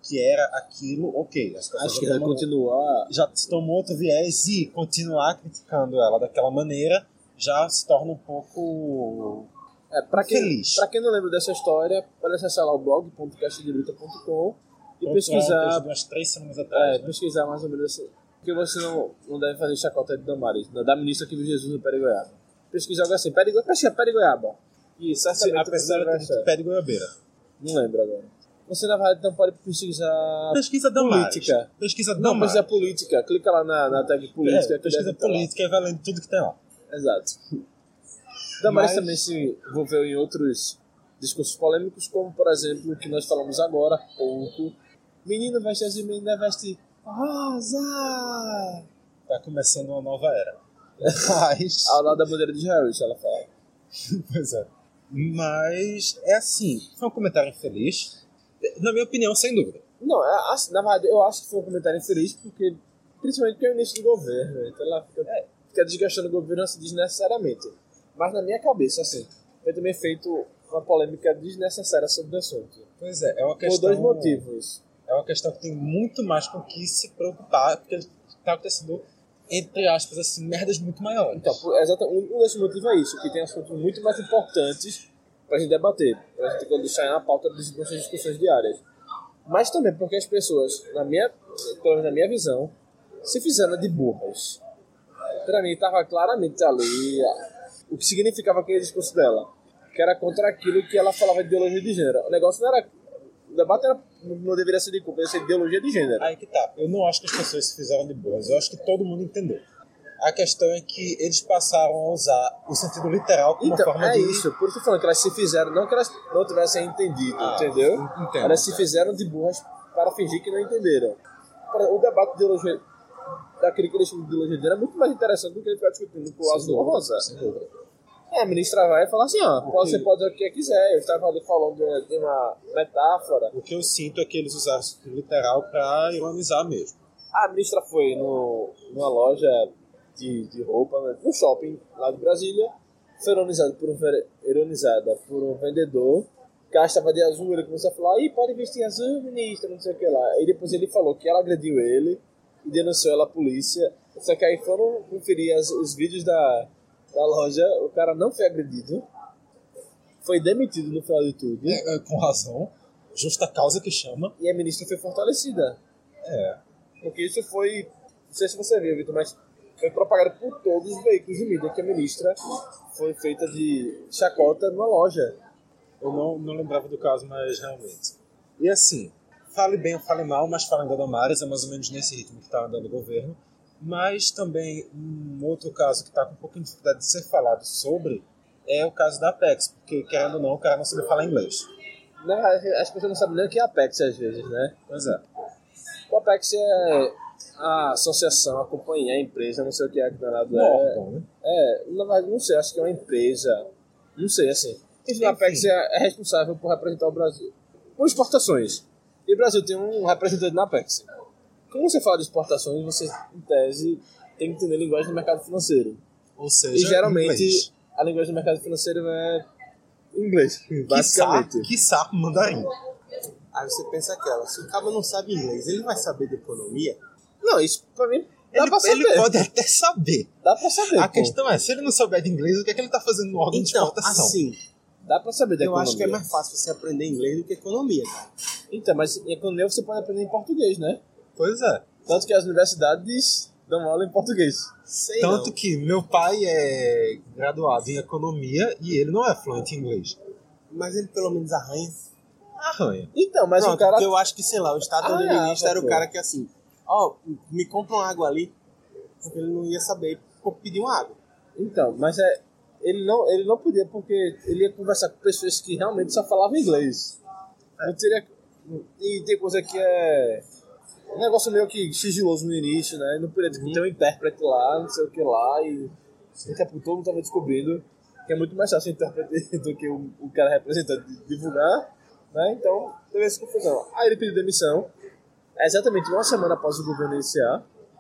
que era aquilo, ok. As pessoas
Acho que
já
vai
tomam-
continuar.
já se tomou outro viés e continuar criticando ela daquela maneira já se torna um pouco
É, pra, quem,
feliz.
pra quem não lembra dessa história, pode acessar lá o blog ponto cast de luta ponto com e
Então,
pesquisar.
desde umas três semanas atrás,
É,
né?
pesquisar mais ou menos assim. Porque você não, não deve fazer chacota de Damares, da da ministra que viu Jesus no pé de goiaba. Pesquisa algo assim, pé de goiaba, pesquisa pé de goiaba. E
Se,
certamente
apesar
você
de
vai
ter
achar.
pé de goiabeira.
Não lembro agora. Você na verdade então pode pesquisar
Pesquisa Damares.
política.
Pesquisa
Não,
Damares.
pesquisa política. Clica lá na, na tag política.
É,
que
pesquisa
deve estar lá.
política e vai lendo tudo que tem lá.
Exato. Damares
Mas-
também se envolveu em outros discursos polêmicos, como por exemplo o que nós falamos agora há pouco. Menino veste azul, menina veste rosa.
Tá começando uma nova era. Mas...
Ao lado da bandeira de Israel, isso ela fala.
Pois é. Mas é assim, foi um comentário infeliz. Na minha opinião, sem dúvida.
Não, é, assim, na verdade eu acho que foi um comentário infeliz, porque principalmente porque é o início do governo, então ela fica, é, fica desgastando o governo assim, desnecessariamente. Mas na minha cabeça, assim, foi também feito uma polêmica desnecessária sobre o assunto.
Pois é, é uma
Por
questão.
dois motivos.
É uma questão que tem muito mais com que se preocupar, porque está acontecendo, entre aspas, assim, merdas muito maiores.
Então, por, exata, um, um desses motivos é isso, que tem assuntos muito mais importantes pra gente debater, pra gente deixar na pauta das nossas discussões diárias. Mas também porque as pessoas, na minha, pelo menos na minha visão, se fizeram de burras. Pra mim, estava claramente ali a, o que significava aquele discurso dela, que era contra aquilo que ela falava de ideologia de gênero. O negócio não era... O debate era, não deveria ser de culpa, deveria ser de ideologia de gênero.
Aí que tá. Eu não acho que as pessoas se fizeram de boas. Eu acho que todo mundo entendeu. A questão é que eles passaram a usar o sentido literal como
Então,
uma forma
é
de...
isso. Por isso que eu tô falando que elas se fizeram, não que elas não tivessem entendido,
Ah,
entendeu?
entendo.
Elas se fizeram de burras para fingir que não entenderam. O debate de ideologia, daquele que eles chamam de ideologia de gênero, é muito mais interessante do que ele ficar discutindo com o azul ou rosa.
Sem dúvida.
É, a ministra vai falar assim, ó, pode, você pode dizer o que quiser. Eu estava ali falando de, de uma metáfora.
O que eu sinto é que eles usaram o sentido literal para ironizar mesmo.
A ministra foi no, numa loja de, de roupa, né, no shopping lá de Brasília, foi ironizada por um, ve- ironizada por um vendedor. O cara estava de azul, ele começou a falar, ih, pode vestir azul, ministra, não sei o que lá. E depois ele falou que ela agrediu ele e denunciou ela à polícia. Só que aí foram conferir as, os vídeos da, da loja, o cara não foi agredido, foi demitido no final de tudo,
É, é, com razão. Justa causa que chama.
e a ministra foi fortalecida.
É.
Porque isso foi, não sei se você viu, Vitor, mas foi propagado por todos os veículos de mídia que a ministra foi feita de chacota numa loja.
Eu não, não lembrava do caso, mas realmente. E assim, fale bem ou fale mal, mas falando da Damares, é mais ou menos nesse ritmo que está andando o governo. Mas também um outro caso que está com um pouco de dificuldade de ser falado sobre é o caso da Apex, porque querendo ou não, o cara não sabe falar inglês.
Na verdade, as pessoas não sabem nem o que é a Apex às vezes, né?
Pois é.
O Apex é a associação, a companhia, a empresa, não sei o que é que danado
Um
é.
órgão, né?
É, na verdade, não sei, acho que é uma empresa, não sei, assim. Enfim, a Apex
Enfim.
é, é responsável por representar o Brasil por exportações. E o Brasil tem um representante na Apex. Quando você fala de exportações, você, em tese, tem que entender a linguagem do mercado financeiro.
Ou seja,
E geralmente
inglês.
a linguagem do mercado financeiro é inglês,
Quiçá,
basicamente.
quiçá mandarim.
Aí você pensa aquela, se o cara não sabe inglês, ele vai saber de economia?
Não, isso pra mim dá
Ele,
pra saber.
ele pode até saber.
Dá pra saber,
A
pô.
questão é, se ele não souber de inglês, o que é que ele está fazendo no órgão de
Então,
exportação?
assim,
Dá pra saber da
eu
economia.
acho que é mais fácil você aprender inglês do que economia, cara.
Então, mas em economia você pode aprender em português, né?
Pois é.
Tanto que as universidades dão aula em português.
Sei
Tanto
não.
que meu pai é graduado em economia e ele não é fluente em inglês.
Mas ele pelo menos arranha.
Arranha.
Então, mas
Pronto,
o cara...
porque eu acho que, sei lá, o estado
Ah,
do
é,
ministro era o
pô.
cara que assim, ó, me compra uma água ali, porque ele não ia saber pedir uma água.
Então, mas é... Ele não, ele não podia porque ele ia conversar com pessoas que realmente só falavam inglês. Não teria... E tem coisa que é... Um negócio meio que sigiloso no início, né? Não podia tipo, ter um intérprete lá, não sei o que lá, e daqui a pouco todo mundo tava descobrindo que é muito mais fácil o intérprete do que o, o cara representante divulgar, né? Então, teve essa confusão. Aí ele pediu demissão, exatamente uma semana após o governo iniciar,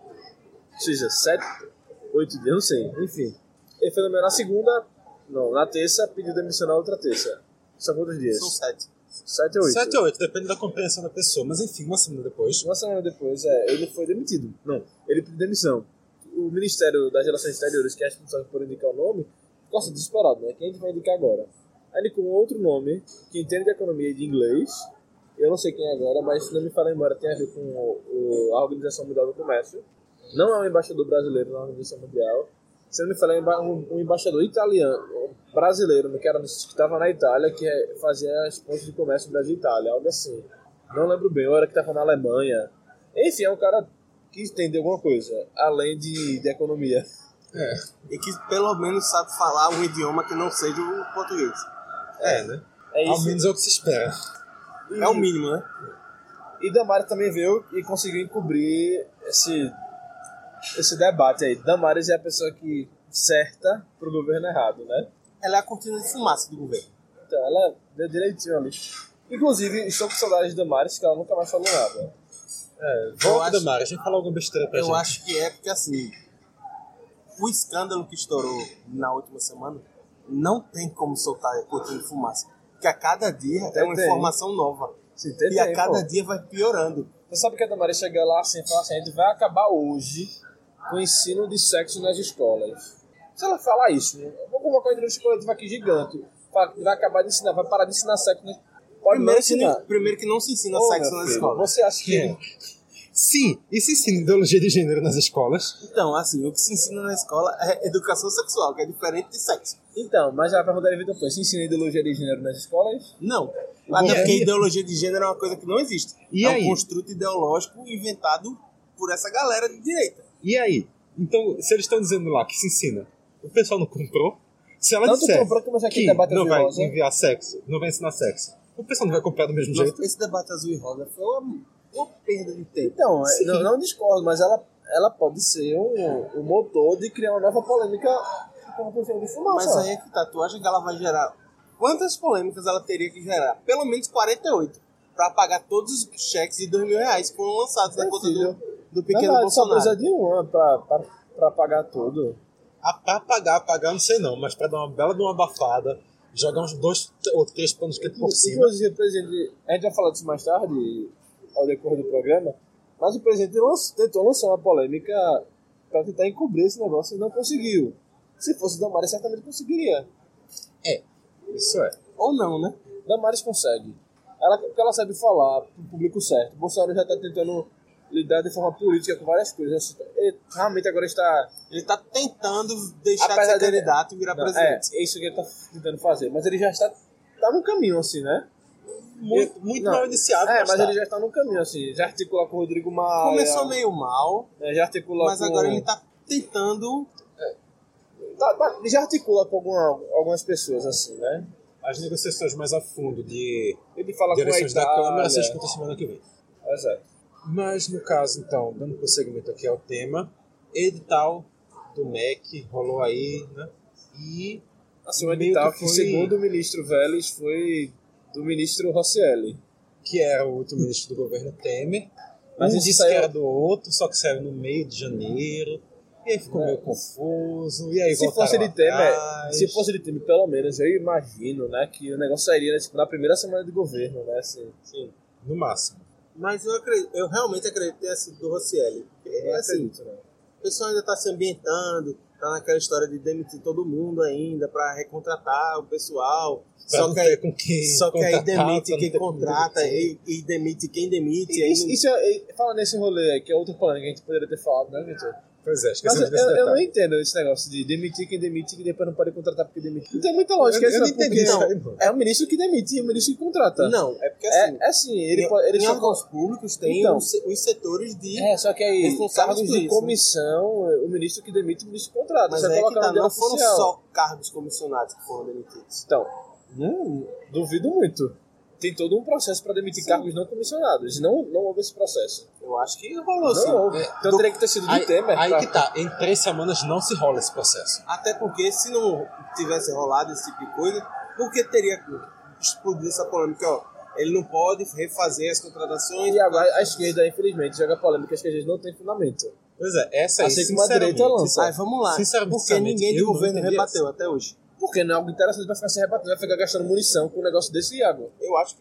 ou seja, sete, oito dias, não sei, enfim. Ele foi nomeado na segunda, não, na terça, pediu demissão na outra terça. São quantos dias?
São sete.
sete ou oito.
sete ou oito, depende da compreensão da pessoa. Mas enfim, uma semana depois.
Uma semana depois, é, ele foi demitido. Não, ele pediu demissão. O Ministério das Relações Exteriores, que é responsável por indicar o nome, ficou assim, desesperado, né? Quem a gente vai indicar agora? Aí ele com outro nome, que entende de economia e de inglês. Eu não sei quem é agora, mas se não me falar embora, tem a ver com o, o, a Organização Mundial do Comércio. Não é um embaixador brasileiro na Organização Mundial. Se não me falar, um, um embaixador italiano, brasileiro, que era que estava na Itália, que é, fazia as pontes de comércio Brasil e Itália, algo assim. Não lembro bem, ou era que estava na Alemanha. Enfim, é um cara que entende alguma coisa, além de, de economia.
É. E que pelo menos sabe falar um idioma que não seja o português.
É, né?
É isso.
Ao menos é o que se espera.
E,
é o mínimo, né?
E Damares também veio e conseguiu encobrir esse, esse debate aí. Damares é a pessoa que certa pro governo errado, né?
Ela é a cortina de fumaça do governo.
Então, ela deu direitinho ali. Inclusive, estou com saudade de Damares, que ela nunca mais falou nada.
É, volta da Mara, a gente falou alguma besteira pra
eu
gente.
Eu acho que é porque, assim, o escândalo que estourou na última semana não tem como soltar a cortina de fumaça. Porque a cada dia
Até
é uma
tem.
informação nova.
Sim, tem,
e a
tem,
cada
pô.
dia vai piorando.
Você sabe que a Damares chega lá assim e fala assim, a gente vai acabar hoje com o ensino de sexo nas escolas. Se ela falar isso, eu vou convocar uma entrevista coletiva aqui gigante, vai acabar de ensinar, vai parar de ensinar sexo nas... Pode
Primeiro
não
que,
ensinar.
não, primeiro que não se ensina
Ô,
sexo
meu
nas
filho,
escolas.
Você acha que...
É. Sim, e se ensina ideologia de gênero nas escolas?
Então, assim, o que se ensina na escola é educação sexual, que é diferente de sexo.
Então, mas a pergunta da Vitor foi, se ensina ideologia de gênero nas escolas?
Não.
E
Até
aí?
porque ideologia de gênero é uma coisa que não existe.
E
é
aí?
um construto ideológico inventado por essa galera de direita.
E aí? Então, se eles estão dizendo lá que se ensina, o pessoal não comprou? Se ela
Tanto
disser
comprou que começar aqui
que
debate
não vai
rosa.
enviar sexo, não vai ensinar sexo, o pessoal não vai comprar do mesmo
Nossa,
jeito?
esse debate azul e rosa foi uma, uma perda de tempo.
Então, é,
Sim.
não, não discordo, mas ela, ela pode ser um, um motor de criar uma nova polêmica com a questão de fumaça.
Mas aí é que tá, tu acha que ela vai gerar... Quantas polêmicas ela teria que gerar? Pelo menos quarenta e oito. Pra pagar todos os cheques de dois mil reais que foram lançados na
Meu
conta
filho,
do, do pequeno
Verdade, só
Bolsonaro.
precisa de uma pra, pra, pra pagar tudo.
Ah, pra pagar, pagar não sei não, mas pra dar uma bela de uma abafada, jogar uns dois ou três panos quentes por cima.
Inclusive, o presidente, a gente vai falar disso mais tarde, ao decorrer do programa, mas o presidente lanç, tentou lançar uma polêmica para tentar encobrir esse negócio e não conseguiu. Se fosse Damares, certamente conseguiria.
É, isso é.
Ou não, né?
Damares consegue. Ela, porque ela sabe falar pro público certo. Bolsonaro já está tentando lidar de forma política com várias coisas. Ele realmente agora está...
Ele tá tentando deixar de
Apesar
ser
dele-
candidato e virar
Não,
presidente.
é, é isso que ele está tentando fazer. Mas ele já está tá no caminho, assim, né?
Muito, muito
Não.
mal iniciado,
É,
mas,
mas
tá.
ele já está no caminho, assim. Já articula com o Rodrigo Maia.
Começou meio mal,
né, já articula
mas
com...
agora ele tá tentando...
Tá, tá, já articula com alguma, algumas pessoas, assim, né?
As negociações mais a fundo de
Ele fala com a
direções da
Itália.
Câmara se escuta semana que vem.
Exato.
Mas no caso, então, dando prosseguimento aqui ao tema, edital do M E C rolou aí, né? E
Assim, o
meio
edital
que
que,
foi-
segundo o ministro Vélez, foi do ministro Rosselli.
que era o outro ministro do governo Temer,
Mas
um
isso
disse
saiu-
que era do outro, só que saiu no meio de janeiro, e aí ficou
É.
meio confuso, e aí
Se
voltaram
fosse de Temer,
atrás.
se fosse de Temer, pelo menos, eu imagino, né, que o negócio sairia né, tipo, na primeira semana de governo, né, assim.
Sim, no máximo.
Mas eu, acredito, eu realmente acredito que tenha sido do Rosselli. Porque,
Eu
assim,
acredito, né.
o pessoal ainda tá se ambientando, tá naquela história de demitir todo mundo ainda pra recontratar o pessoal.
Pra
Só
não
que,
ter
aí,
com quem
só que aí
contratar,
demite
pra não
quem
ter com
contrata
demitir.
e, e demite quem demite.
E,
aí
isso,
não-
isso é, é- fala nesse rolê aí, que é outra polêmica que a gente poderia ter falado, né, Vitor?
Pois é,
Mas
esquecemos
eu,
desse
eu não
detalhe.
entendo esse negócio de demitir quem demite e depois não pode contratar porque demite. Não tem muita lógica
Eu-
isso,
eu não
porque
entendi isso aí, não.
é o ministro que demite e o ministro que contrata.
Não, é porque assim,
É, é assim, ele
em,
pode... Ele
em
só
órgãos públicos tem
Então.
os, os setores de...
É, só que aí,
responsáveis
cargos
por
de
isso, né?
comissão, o ministro que demite, o ministro que contrata.
Mas
Você
aí é que
coloca
tá,
no diário
não foram
oficial.
só cargos comissionados que foram demitidos.
Então, hum, duvido muito. Tem todo um processo para demitir
Sim.
cargos não comissionados. Não, não houve esse processo.
Eu acho que rolou assim.
Não houve. Então
do-
teria que ter sido de
Aí,
Temer.
aí
pra-
que tá, em três semanas não se rola esse processo.
Até porque se não tivesse rolado esse tipo de coisa, por que teria explodido essa polêmica? Ó, ele não pode refazer as contratações.
E agora a esquerda, infelizmente, joga polêmicas que às vezes não tem fundamento.
Pois é, essa aí,
Assim como a
sinceramente,
direita lança.
Aí vamos lá.
Sinceramente,
Porque ninguém do
eu não
governo
entendi
rebateu até hoje.
Porque não é algo interessante pra ficar se rebatendo, vai ficar gastando munição com um negócio desse, Iago.
Eu acho que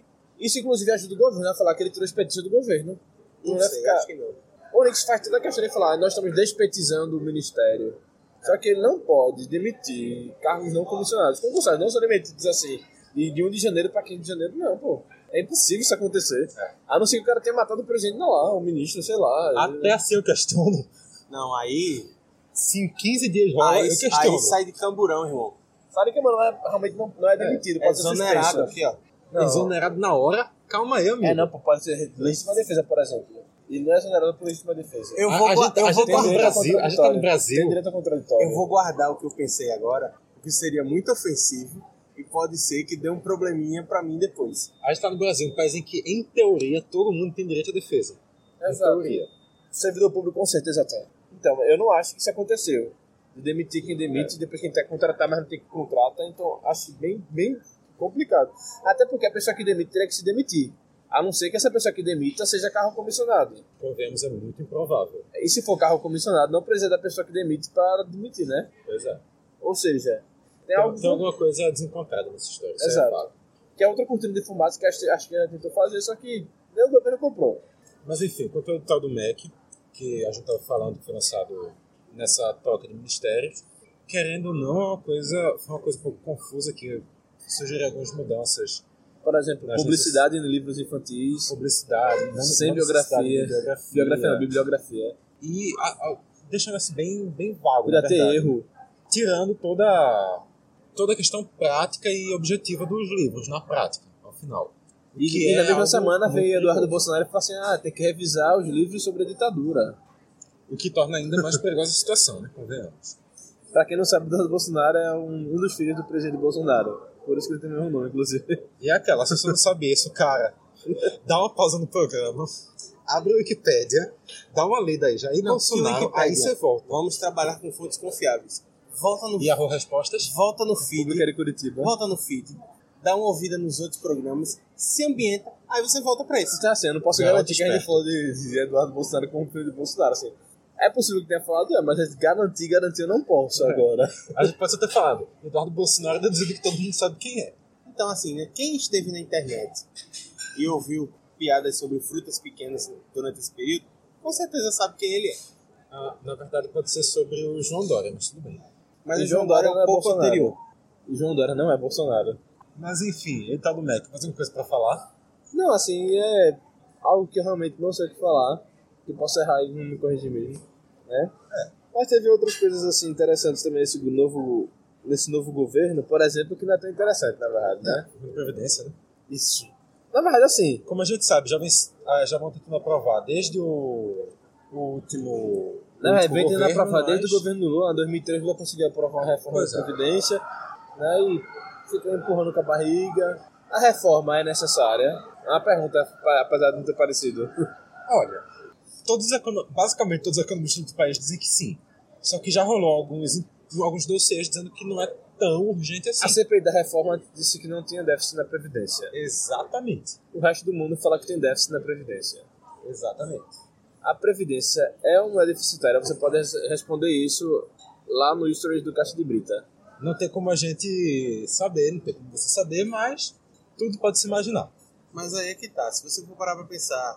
Isso, inclusive, ajuda o governo a falar que ele tirou os petistas do governo.
Não,
Não vai
sei,
ficar...
acho que não.
O Onix faz toda a questão de falar, nós estamos despetizando o ministério. Só que ele não pode demitir cargos não comissionados. Concursados não são demitidos assim, de, de um de janeiro para quinze de janeiro, não, pô. É impossível isso acontecer. É. A não ser que o cara tenha matado o presidente não, lá, o ministro, sei lá.
Até assim eu questiono.
Não, aí...
Se em quinze dias rola,
aí,
eu questiono.
Aí sai de camburão, irmão.
Sabe que, mano, não é, realmente não, não é demitido,
É,
pode
é
ser
exonerado
suspenso.
aqui, ó.
Não.
Exonerado na hora? Calma aí, amigo.
É, não, pô, pode ser legítima defesa, por exemplo. E não é exonerado por legítima defesa.
Eu
A-
vou,
a
gua-
gente-
eu
a
vou
gente tá no
guardar-
Brasil, a gente tá no Brasil.
Tem direito a contraditório.
eu vou guardar o que eu pensei agora, porque seria muito ofensivo e pode ser que dê um probleminha pra mim depois.
A gente tá no Brasil, um país em que, em teoria, todo mundo tem direito à defesa.
Exato.
Em teoria.
O servidor público com certeza tem. Então, eu não acho que isso aconteceu. De demitir quem demite,
É.
depois quem tem que contratar, mas não tem que contratar. Então, acho bem, bem complicado. Até porque a pessoa que demite teria que se demitir. A não ser que essa pessoa que demita seja carro comissionado.
Convenhamos, é muito improvável.
E se for carro comissionado, não precisa da pessoa que demite para demitir, né?
Pois é.
Ou seja, tem
Tem,
algo
tem alguma coisa desencontrada nessa história. isso é
Exato.
fato.
que é outra cortina de fumaça que acho, acho que ela tentou fazer, só que nem o governo comprou.
Mas enfim, quanto ao tal do M E C, que a gente estava falando que foi lançado nessa troca de ministérios, querendo ou não, é uma coisa, foi uma coisa um pouco confusa que sugeriu algumas mudanças.
Por exemplo,
Nas
publicidade em livros infantis,
Publicidade, não-
sem
não necessidade
biografia,
de biografia,
biografia não, bibliografia.
E a, a, deixando assim bem, bem vago,
Podia
na
ter
verdade.
erro.
Tirando toda, toda a questão prática e objetiva dos livros, na prática, ao final. O
E,
que
e
é
na mesma
algo
semana
muito
veio Eduardo
perigoso.
Bolsonaro e falou assim, ah, tem que revisar os livros sobre a ditadura.
O que torna ainda mais perigosa a situação, né? Convenhamos.
Pra quem não sabe, Eduardo Bolsonaro é um, um dos filhos do presidente Bolsonaro. Por isso que ele tem o mesmo nome, inclusive.
E é aquela, se você não sabe isso, cara, dá uma pausa no programa, abre a Wikipédia, dá uma lida aí, Jair
Não,
Bolsonaro,
que Wikipédia?
aí você volta.
Vamos trabalhar com fontes confiáveis. Volta no,
E arroba respostas?
volta no
Pública
feed,
de Curitiba.
volta no feed, dá uma ouvida nos outros programas, se ambienta, aí você volta pra esse.
Então, assim, eu não posso
Garoto
garantir que a gente
esperto.
falou de, de Eduardo Bolsonaro como filho de Bolsonaro, assim. É possível que tenha falado, é, mas garantir, garantir eu não posso agora.
A gente pode até falado, Eduardo Bolsonaro deduzido que todo mundo sabe quem é.
Então, assim, né, quem esteve na internet e ouviu piadas sobre frutas pequenas durante esse período, com certeza sabe quem ele é.
Ah, na verdade pode ser sobre o João Dória, mas tudo bem.
Mas
E
o João Dória é
não
um pouco
Bolsonaro.
anterior.
E João Dória não é Bolsonaro.
Mas enfim, ele tá do M E C, mais alguma coisa pra falar?
Não, assim, é algo que eu realmente não sei o que falar, que eu posso errar e não me corrigir mesmo, né?
É.
Mas teve outras coisas, assim, interessantes também nesse novo, nesse novo governo, por exemplo, que não é tão interessante, na verdade, né?
É, Previdência, né?
Isso. Na verdade, assim,
Como a gente sabe, já, vem, ah, já vão tentando aprovar desde o, o último.
na
o
verdade,
último
vem tentando
governo,
aprovar desde
mas-
o governo Lula, em dois mil e três Lula conseguiu aprovar uma reforma
Pois
da
é.
Previdência, né? E ficou empurrando com a barriga. A reforma é necessária? É uma pergunta, apesar de não ter parecido.
Olha, todos os econo- basicamente todos os economistas do país dizem que sim. Só que já rolou alguns, alguns dossiês dizendo que não é tão urgente assim.
A C P I da reforma disse que não tinha déficit na Previdência.
Exatamente.
O resto do mundo fala que tem déficit na Previdência.
Exatamente.
A Previdência é ou não é deficitária? Você pode res- responder isso lá no History do Caixa de Brita.
Não tem como a gente saber, não tem como você saber, mas tudo pode se imaginar.
Mas aí é que tá, se você for parar pra pensar,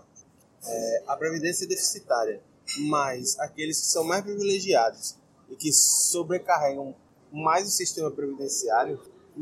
é, a Previdência é deficitária, mas aqueles que são mais privilegiados e que sobrecarregam mais o sistema previdenciário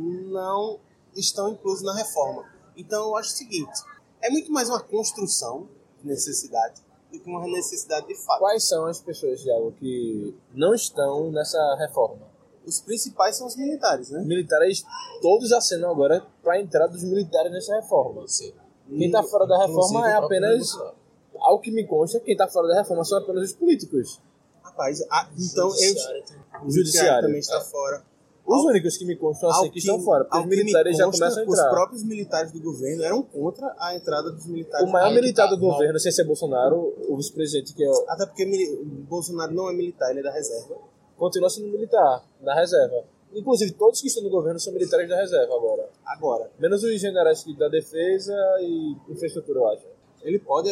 não estão inclusos na reforma. Então eu acho o seguinte, é muito mais uma construção de necessidade do que uma necessidade de fato.
Quais são as pessoas, Thiago, que não estão nessa reforma?
Os principais são os militares, né?
Militares, todos acenam agora para a entrada dos militares nessa reforma.
Sim.
Quem está fora da reforma
Inclusive,
é
o próprio
apenas,
Bolsonaro.
ao que me consta, quem está fora da reforma são apenas os políticos.
Rapaz, ah, então eu,
Judiciário
o
Judiciário.
judiciário também está
É.
fora.
Os
Ao-
únicos que me constam assim
Ao
que
que-
estão fora, porque
ao
os
que me
militares já
consta,
começam a
Os
entrar.
próprios militares do governo eram contra a entrada dos militares.
O maior
Aí que
militar
tá,
do governo, sem ser Bolsonaro, o vice-presidente, que é, o-
Até porque mili- o Bolsonaro não é militar, ele é da reserva.
continua sendo militar, na reserva. Inclusive, todos que estão no governo são militares da reserva agora.
Agora,
Menos os generais que- da defesa e infraestrutura, eu acho.
ele pode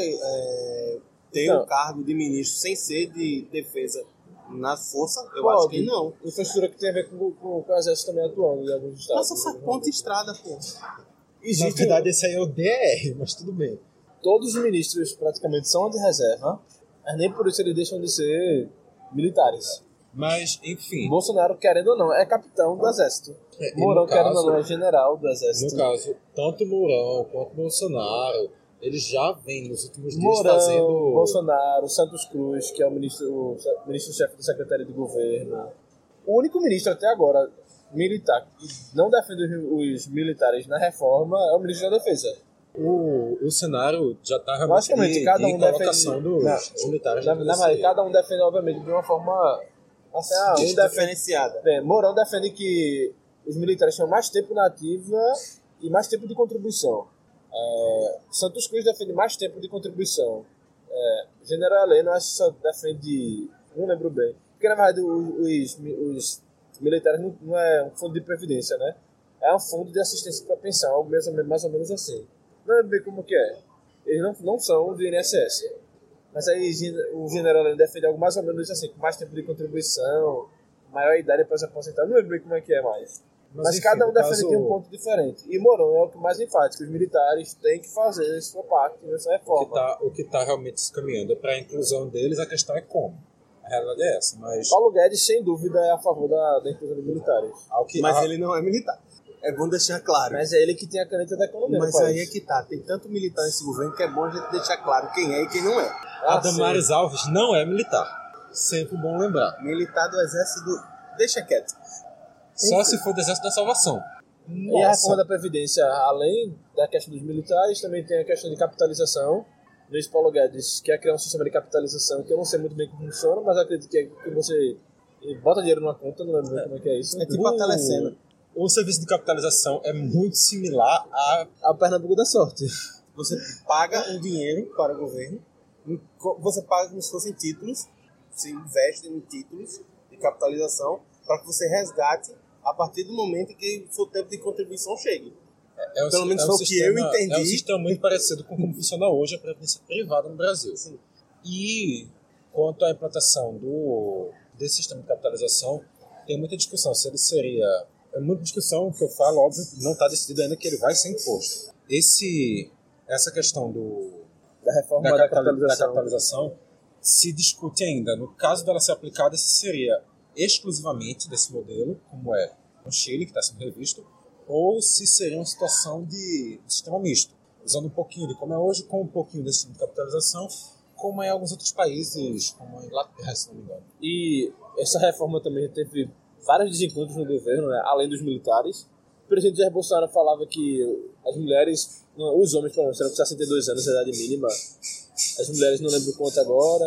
é, ter
Então.
um cargo de ministro sem ser de defesa na força? Eu
Pode.
acho que não.
Infraestrutura que tem a ver com, com, com o exército também atuando em alguns estados.
Nossa, essa ponte estrada, pô.
Na
Existe,
verdade, esse aí é o D E R, mas tudo bem.
todos os ministros praticamente são de reserva, mas nem por isso eles deixam de ser militares.
Mas, enfim,
Bolsonaro, querendo ou não, é capitão do exército.
É, e
Mourão,
no
querendo
caso-
ou não, é general do exército.
no caso, tanto Mourão quanto Bolsonaro, eles já vêm nos últimos dias
Mourão,
fazendo...
Bolsonaro, Santos Cruz, que é o ministro, o ministro-chefe da Secretaria de Governo. O único ministro até agora militar que não defende os, os militares na reforma é o ministro da Defesa.
O, o cenário já está realmente
Basicamente,
de,
cada
de
um
colocação
defende-
dos,
Não,
dos militares.
Na,
na
na verdade, cada um defende, obviamente, de uma forma. Assim, ah, um defende,
Diferenciada.
bem, Mourão defende que os militares tenham mais tempo na ativa e mais tempo de contribuição. É, Santos Cruz defende mais tempo de contribuição. É, General Heleno, acho que só defende. Não lembro bem. Porque, na verdade, os, os, os militares não, não é um fundo de previdência, né? É um fundo de assistência para pensão, algo mais ou menos, mais ou menos assim. Não lembro bem como que é. Eles não, não são do I N S S. Mas aí o General Heleno defende algo mais ou menos assim, com mais tempo de contribuição, maior idade para se aposentar. Não lembro bem como é que é mais. Mas,
Mas, enfim,
cada um
no
defende
caso-
tem um ponto diferente. E Mourão é o que mais enfático. Os militares têm que fazer a sua parte nessa
O que
reforma.
está o que tá realmente se caminhando para a inclusão deles, a questão é como. A realidade é essa, mas...
Paulo Guedes, sem dúvida, é a favor da, da inclusão de militares.
Ao que,
Mas
a-
ele não é militar. É bom deixar claro.
Mas é ele que tem a caneta da economia.
Mas
no país.
aí é que tá. Tem tanto militar nesse governo que é bom a gente deixar claro quem é e quem não é.
Ah,
a Damares Alves não é militar. Sempre bom lembrar.
Militar do exército do... Deixa quieto.
Só se for do Exército da Salvação.
E a reforma da Previdência, além da questão dos militares, também tem a questão de capitalização. Luiz Paulo Guedes quer criar um sistema de capitalização que eu não sei muito bem como funciona, mas eu acredito que é que você bota dinheiro numa conta, não lembro bem como é que é isso.
É tipo a telecena.
O serviço de capitalização é muito similar a...
A Pernambuco da Sorte.
Você paga um dinheiro para o governo, você paga como se fossem títulos, você investe em títulos de capitalização para que você resgate a partir do momento em que o seu tempo de contribuição chegue.
É um,
Pelo menos
é um
foi o que
sistema,
eu entendi.
É um sistema muito parecido com como funciona hoje a previdência privada no Brasil.
Sim.
E quanto à implantação do, desse sistema de capitalização, tem muita discussão se ele seria... É muita discussão que eu falo, óbvio, não está decidido ainda que ele vai ser imposto. Esse, essa questão do,
Da reforma
da,
da,
capitali- da
capitalização.
capitalização se discute ainda. No caso dela ser aplicada, se seria exclusivamente desse modelo, como é no Chile, que está sendo revisto, ou se seria uma situação de, de sistema misto, usando um pouquinho de como é hoje, com um pouquinho desse tipo de capitalização, como é em alguns outros países, como a Inglaterra, se não me engano.
E essa reforma também teve vários desencontros no governo, né, além dos militares. O presidente Jair Bolsonaro falava que as mulheres, não, os homens, pelo menos, eram com sessenta e dois anos, a idade mínima. As mulheres não lembro quanto agora.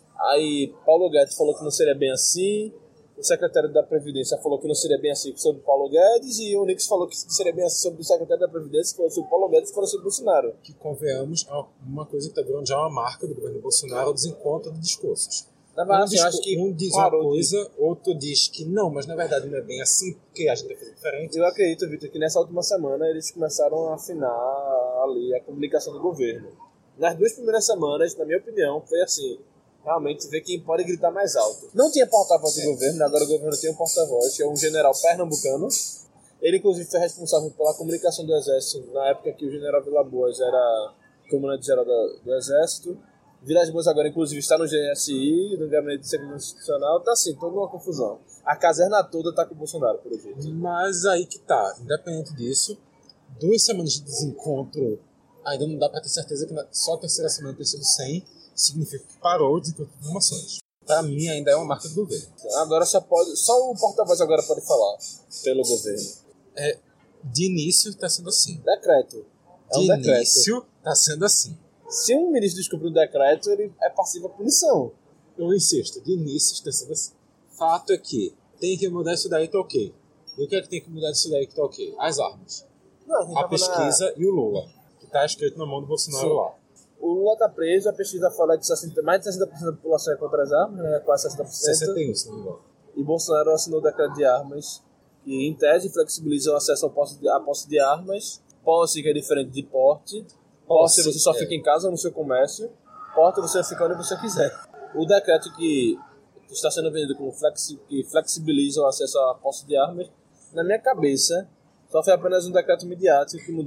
Aí Paulo Guedes falou que não seria bem assim. O secretário da Previdência falou que não seria bem assim sobre Paulo Guedes. E o Nix falou que seria bem assim sobre o secretário da Previdência, que falou sobre Paulo Guedes e falou sobre Bolsonaro.
Que, convenhamos, é uma coisa que está virando já uma marca do governo Bolsonaro, o desencontro de discursos.
Na
Um,
verdade, eu
discu-
acho que
um diz uma
parou de-
coisa, outro diz que não, mas na verdade não é bem assim, porque a gente vai fazer diferente.
Eu acredito, Vitor, que nessa última semana eles começaram a afinar ali a comunicação do governo. Nas duas primeiras semanas, na minha opinião, foi assim, realmente ver quem pode gritar mais alto. Não tinha porta-voz do governo, agora o governo tem um porta-voz, que é um general pernambucano. Ele, inclusive, foi responsável pela comunicação do Exército na época que o general Vila Boas era comandante-geral do, do Exército. Vilas Boas agora, inclusive, está no G S I, no Gabinete de Segurança Institucional. Tá assim, toda uma confusão. A caserna toda tá com o Bolsonaro, pelo jeito.
Mas aí que tá, independente disso, duas semanas de desencontro, ainda não dá pra ter certeza que na- só a terceira semana ter sido sem, significa que parou o desencontro de informações. Pra mim ainda é uma marca do governo.
Agora só pode, só o porta-voz agora pode falar pelo governo.
É, de início tá sendo assim.
Decreto. É um
De
decreto.
início tá sendo assim.
Se um ministro descumprir um decreto, ele é passivo à punição.
Eu insisto, de início está sendo assim. Fato é que tem que mudar isso daí, tá ok. E o que é que tem que mudar isso daí que tá ok? As armas.
Não, a gente
A
tava
pesquisa e o Lula, que tá escrito na mão do Bolsonaro
Sim.
lá.
Na... O Lula tá preso, a pesquisa fala que sessenta, mais de sessenta por cento da população é contra as armas, né? Quase sessenta por cento.
sessenta e um, se não me engano.
E Bolsonaro assinou o decreto de armas, que em tese flexibiliza o acesso ao posse de, à posse de armas. Posse, que é diferente de porte. Posse,
Posse,
você só
é.
fica em casa ou no seu comércio. Porte, você fica onde você quiser. O decreto que está sendo vendido como flexi, que flexibiliza o acesso à posse de armas, na minha cabeça, só foi apenas um decreto midiático que mudou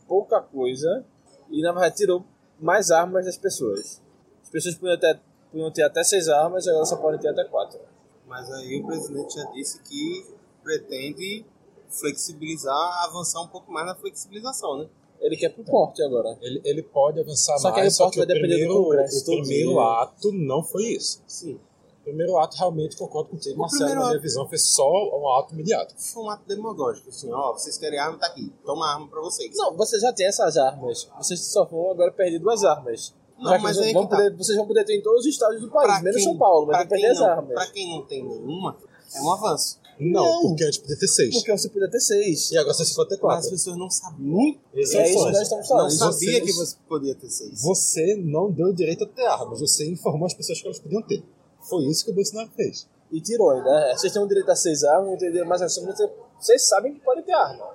pouca coisa e, na verdade, tirou mais armas das pessoas. As pessoas podiam ter, podiam ter até seis armas, agora só podem ter até quatro.
Mas aí o presidente já disse que pretende flexibilizar, avançar um pouco mais na flexibilização, né?
Ele quer pro porte agora.
Ele, ele pode avançar
Só que aí
mais,
o
só
porte
que o
vai depender do
primeiro,
Congresso
o
todo
primeiro
dia.
ato não foi isso.
Sim.
O primeiro ato, realmente, concordo contigo,
O
Marcelo,
primeiro
na minha
ato-
visão, foi só um ato imediato.
Foi um ato demagógico, assim, ó, vocês querem arma, tá aqui, toma arma pra vocês.
Não, você já tem essas armas. Vocês só vão agora perder duas armas.
Não,
Já que
mas
vocês
aí
vão
que tá.
poder, vocês vão poder ter em todos os estados do país,
Pra
menos
quem-
São Paulo, mas
pra
vão perder
quem
as
não-
armas.
Pra quem não tem nenhuma, é um avanço.
Não,
Não.
porque antes podia ter seis.
Porque você podia ter seis.
E agora só se for ter
Mas
quatro.
as pessoas não sabiam.
Esse
É
é o
isso que
ponto.
nós estamos
Não
falando.
sabia
Vocês-
que você podia ter seis.
Você não deu direito a ter armas, você informou as pessoas que elas podiam ter. Foi isso que o Bolsonaro fez.
E tirou ainda. né? Vocês têm o direito a seis armas, vão ter direito a mais armas. Você- Vocês sabem que podem ter arma.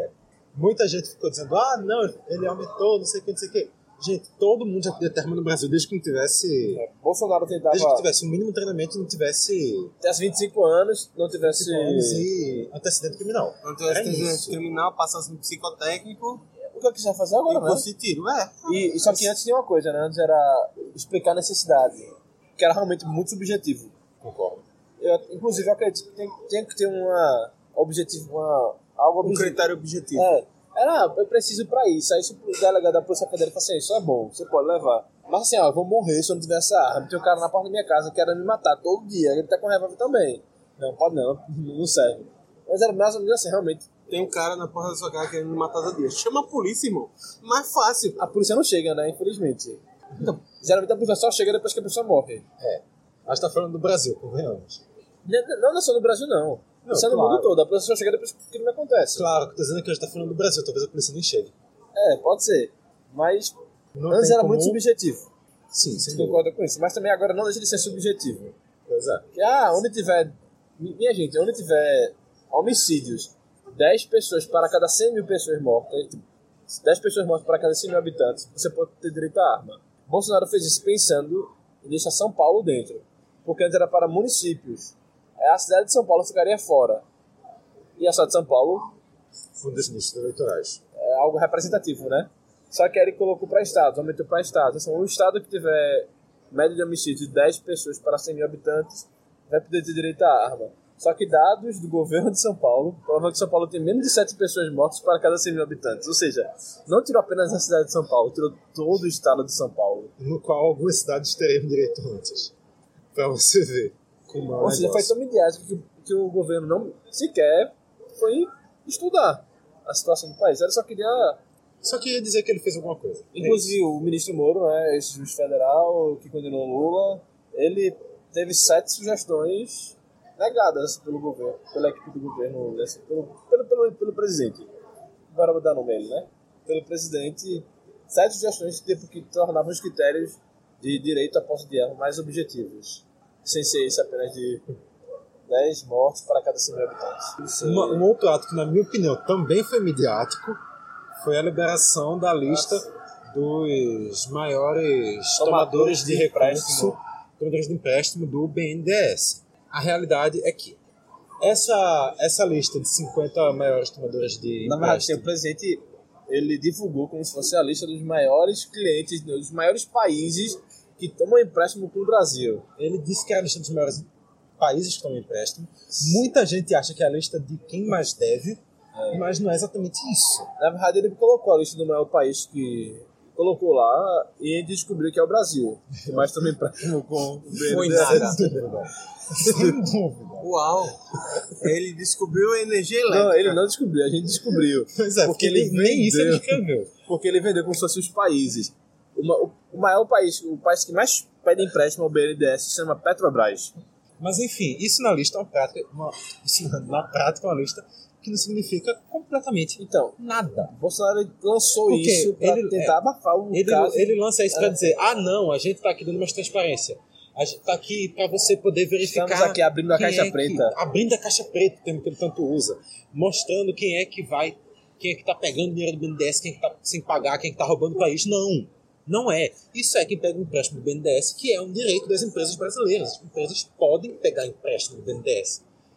Muita gente ficou dizendo, ah, não, ele aumentou, não sei o que, não sei o que. Gente, todo mundo já podia ter arma no Brasil, desde que não tivesse...
Bolsonaro tentava
Desde que tivesse um mínimo treinamento e não tivesse
até os vinte e cinco anos, não tivesse...
cinco anos e antecedente criminal.
Não tivesse
Era
antecedente
isso.
criminal, passasse no psicotécnico
O que é que você vai fazer agora,
e
né?
fosse tiro. É.
E, e só que antes tinha uma coisa, né? Antes era explicar a necessidade, que era realmente muito subjetivo.
Concordo.
Eu, inclusive, eu acredito que tem, tem que ter uma objetivo, uma, algo
Um
objetivo.
critério objetivo.
É, era, eu preciso pra isso. Aí se o delegado da Polícia Federal fala assim, isso é bom, você pode levar. Mas assim, ó, eu vou morrer se eu não tiver essa arma. Tem um cara na porta da minha casa que quer me matar todo dia, ele tá com revólver também. Não, pode não, não serve. Mas era mais ou menos assim, realmente.
Tem um cara na porta da sua casa querendo me matar todo dia. Chama a polícia, irmão. Mais fácil.
A polícia não chega, né, infelizmente. Então, geralmente a polícia só chega depois que a pessoa morre.
Mas tá falando do Brasil, convenhamos.
Não, não é só no Brasil, não.
Não,
Isso é no
claro.
mundo todo. A polícia só chega depois que o crime acontece.
Claro, que eu tô dizendo que a gente tá falando do Brasil, talvez a polícia nem chegue.
É, pode ser. Mas
Não
antes
tem
era
como-
muito subjetivo.
Sim,
Você
sem dúvida.
concorda com isso? Mas também agora não deixa de ser subjetivo.
Pois é.
Que, ah, onde tiver... Minha gente, onde tiver homicídios, dez pessoas para cada cem mil pessoas mortas, tipo, dez pessoas mortas para cada cem mil habitantes, você pode ter direito à arma. Bolsonaro fez isso pensando em deixar São Paulo dentro. Porque antes era para municípios. Aí a cidade de São Paulo ficaria fora. E a cidade de São Paulo
Um dos nichos eleitorais.
é algo representativo, né? Só que aí ele colocou para estados, aumentou para estados. Assim, um estado que tiver média de homicídio de dez pessoas para cem mil habitantes vai poder ter direito à arma. Só que dados do governo de São Paulo provam que São Paulo tem menos de sete pessoas mortas para cada cem mil habitantes. Ou seja, não tirou apenas a cidade de São Paulo, tirou todo o estado de São Paulo.
No qual algumas cidades teriam direito antes. Pra você ver como é o
Ou seja, foi
negócio.
tão midiático que, que o governo não sequer foi estudar a situação do país. Ele só queria...
Só queria dizer que ele fez alguma coisa.
Inclusive o ministro Moro, né, esse juiz federal que condenou Lula, ele teve sete sugestões negadas pelo governo, pela equipe do governo, assim, pelo, pelo, pelo, pelo presidente. Agora vou dar nome a ele, né? Pelo presidente, sete sugestões tipo, que tornavam os critérios de direito à posse de arma mais objetivos, sem ser isso apenas de dez mortes para cada cem mil habitantes. Isso,
Uma- um outro ato que, na minha opinião, também foi midiático foi a liberação da lista dos maiores tomadores,
Tomadores
de,
de
recurso,
empréstimo.
tomadores de empréstimo do B N D E S. A realidade é que essa, essa lista de cinquenta maiores tomadores de
Na verdade,
empréstimo...
o presidente ele divulgou como se fosse a lista dos maiores clientes, dos maiores países que tomam empréstimo com o Brasil.
Ele disse que era a lista dos maiores países que tomam empréstimo. Muita gente acha que é a lista de quem mais deve, mas não é exatamente isso.
Na verdade, ele colocou a lista do maior país que colocou lá e ele descobriu que é o Brasil, que mais toma empréstimo com o
Foi
B N D E S.
nada.
Sem dúvida. Sem dúvida.
Uau! Ele descobriu a energia elétrica.
Não, ele não descobriu, a gente descobriu.
Pois é,
Porque
porque
ele
ele nem isso ele
vendeu.
escreveu.
Porque ele vendeu como se fossem os países. Uma- o, o maior país, o país que mais pede empréstimo ao B N D E S se chama Petrobras.
Mas enfim, isso na lista é uma prática, uma, isso na, na prática é uma lista que não significa completamente
Então,
nada.
Bolsonaro lançou
Porque
isso para
ele-
tentar
é,
abafar o
Ele,
caso.
ele lança isso para
É.
dizer, ah não, a gente tá aqui dando mais transparência. A gente tá aqui para você poder verificar...
Estamos aqui abrindo a
quem
caixa
é que-
preta.
abrindo a caixa preta, termo que ele tanto usa. Mostrando quem é que vai, quem é que tá pegando dinheiro do B N D E S, quem é que tá sem pagar, quem é que tá roubando o país. Não, não é. Isso é quem pega um empréstimo do B N D E S, que é um direito das empresas brasileiras. As empresas podem pegar empréstimo do B N D E S.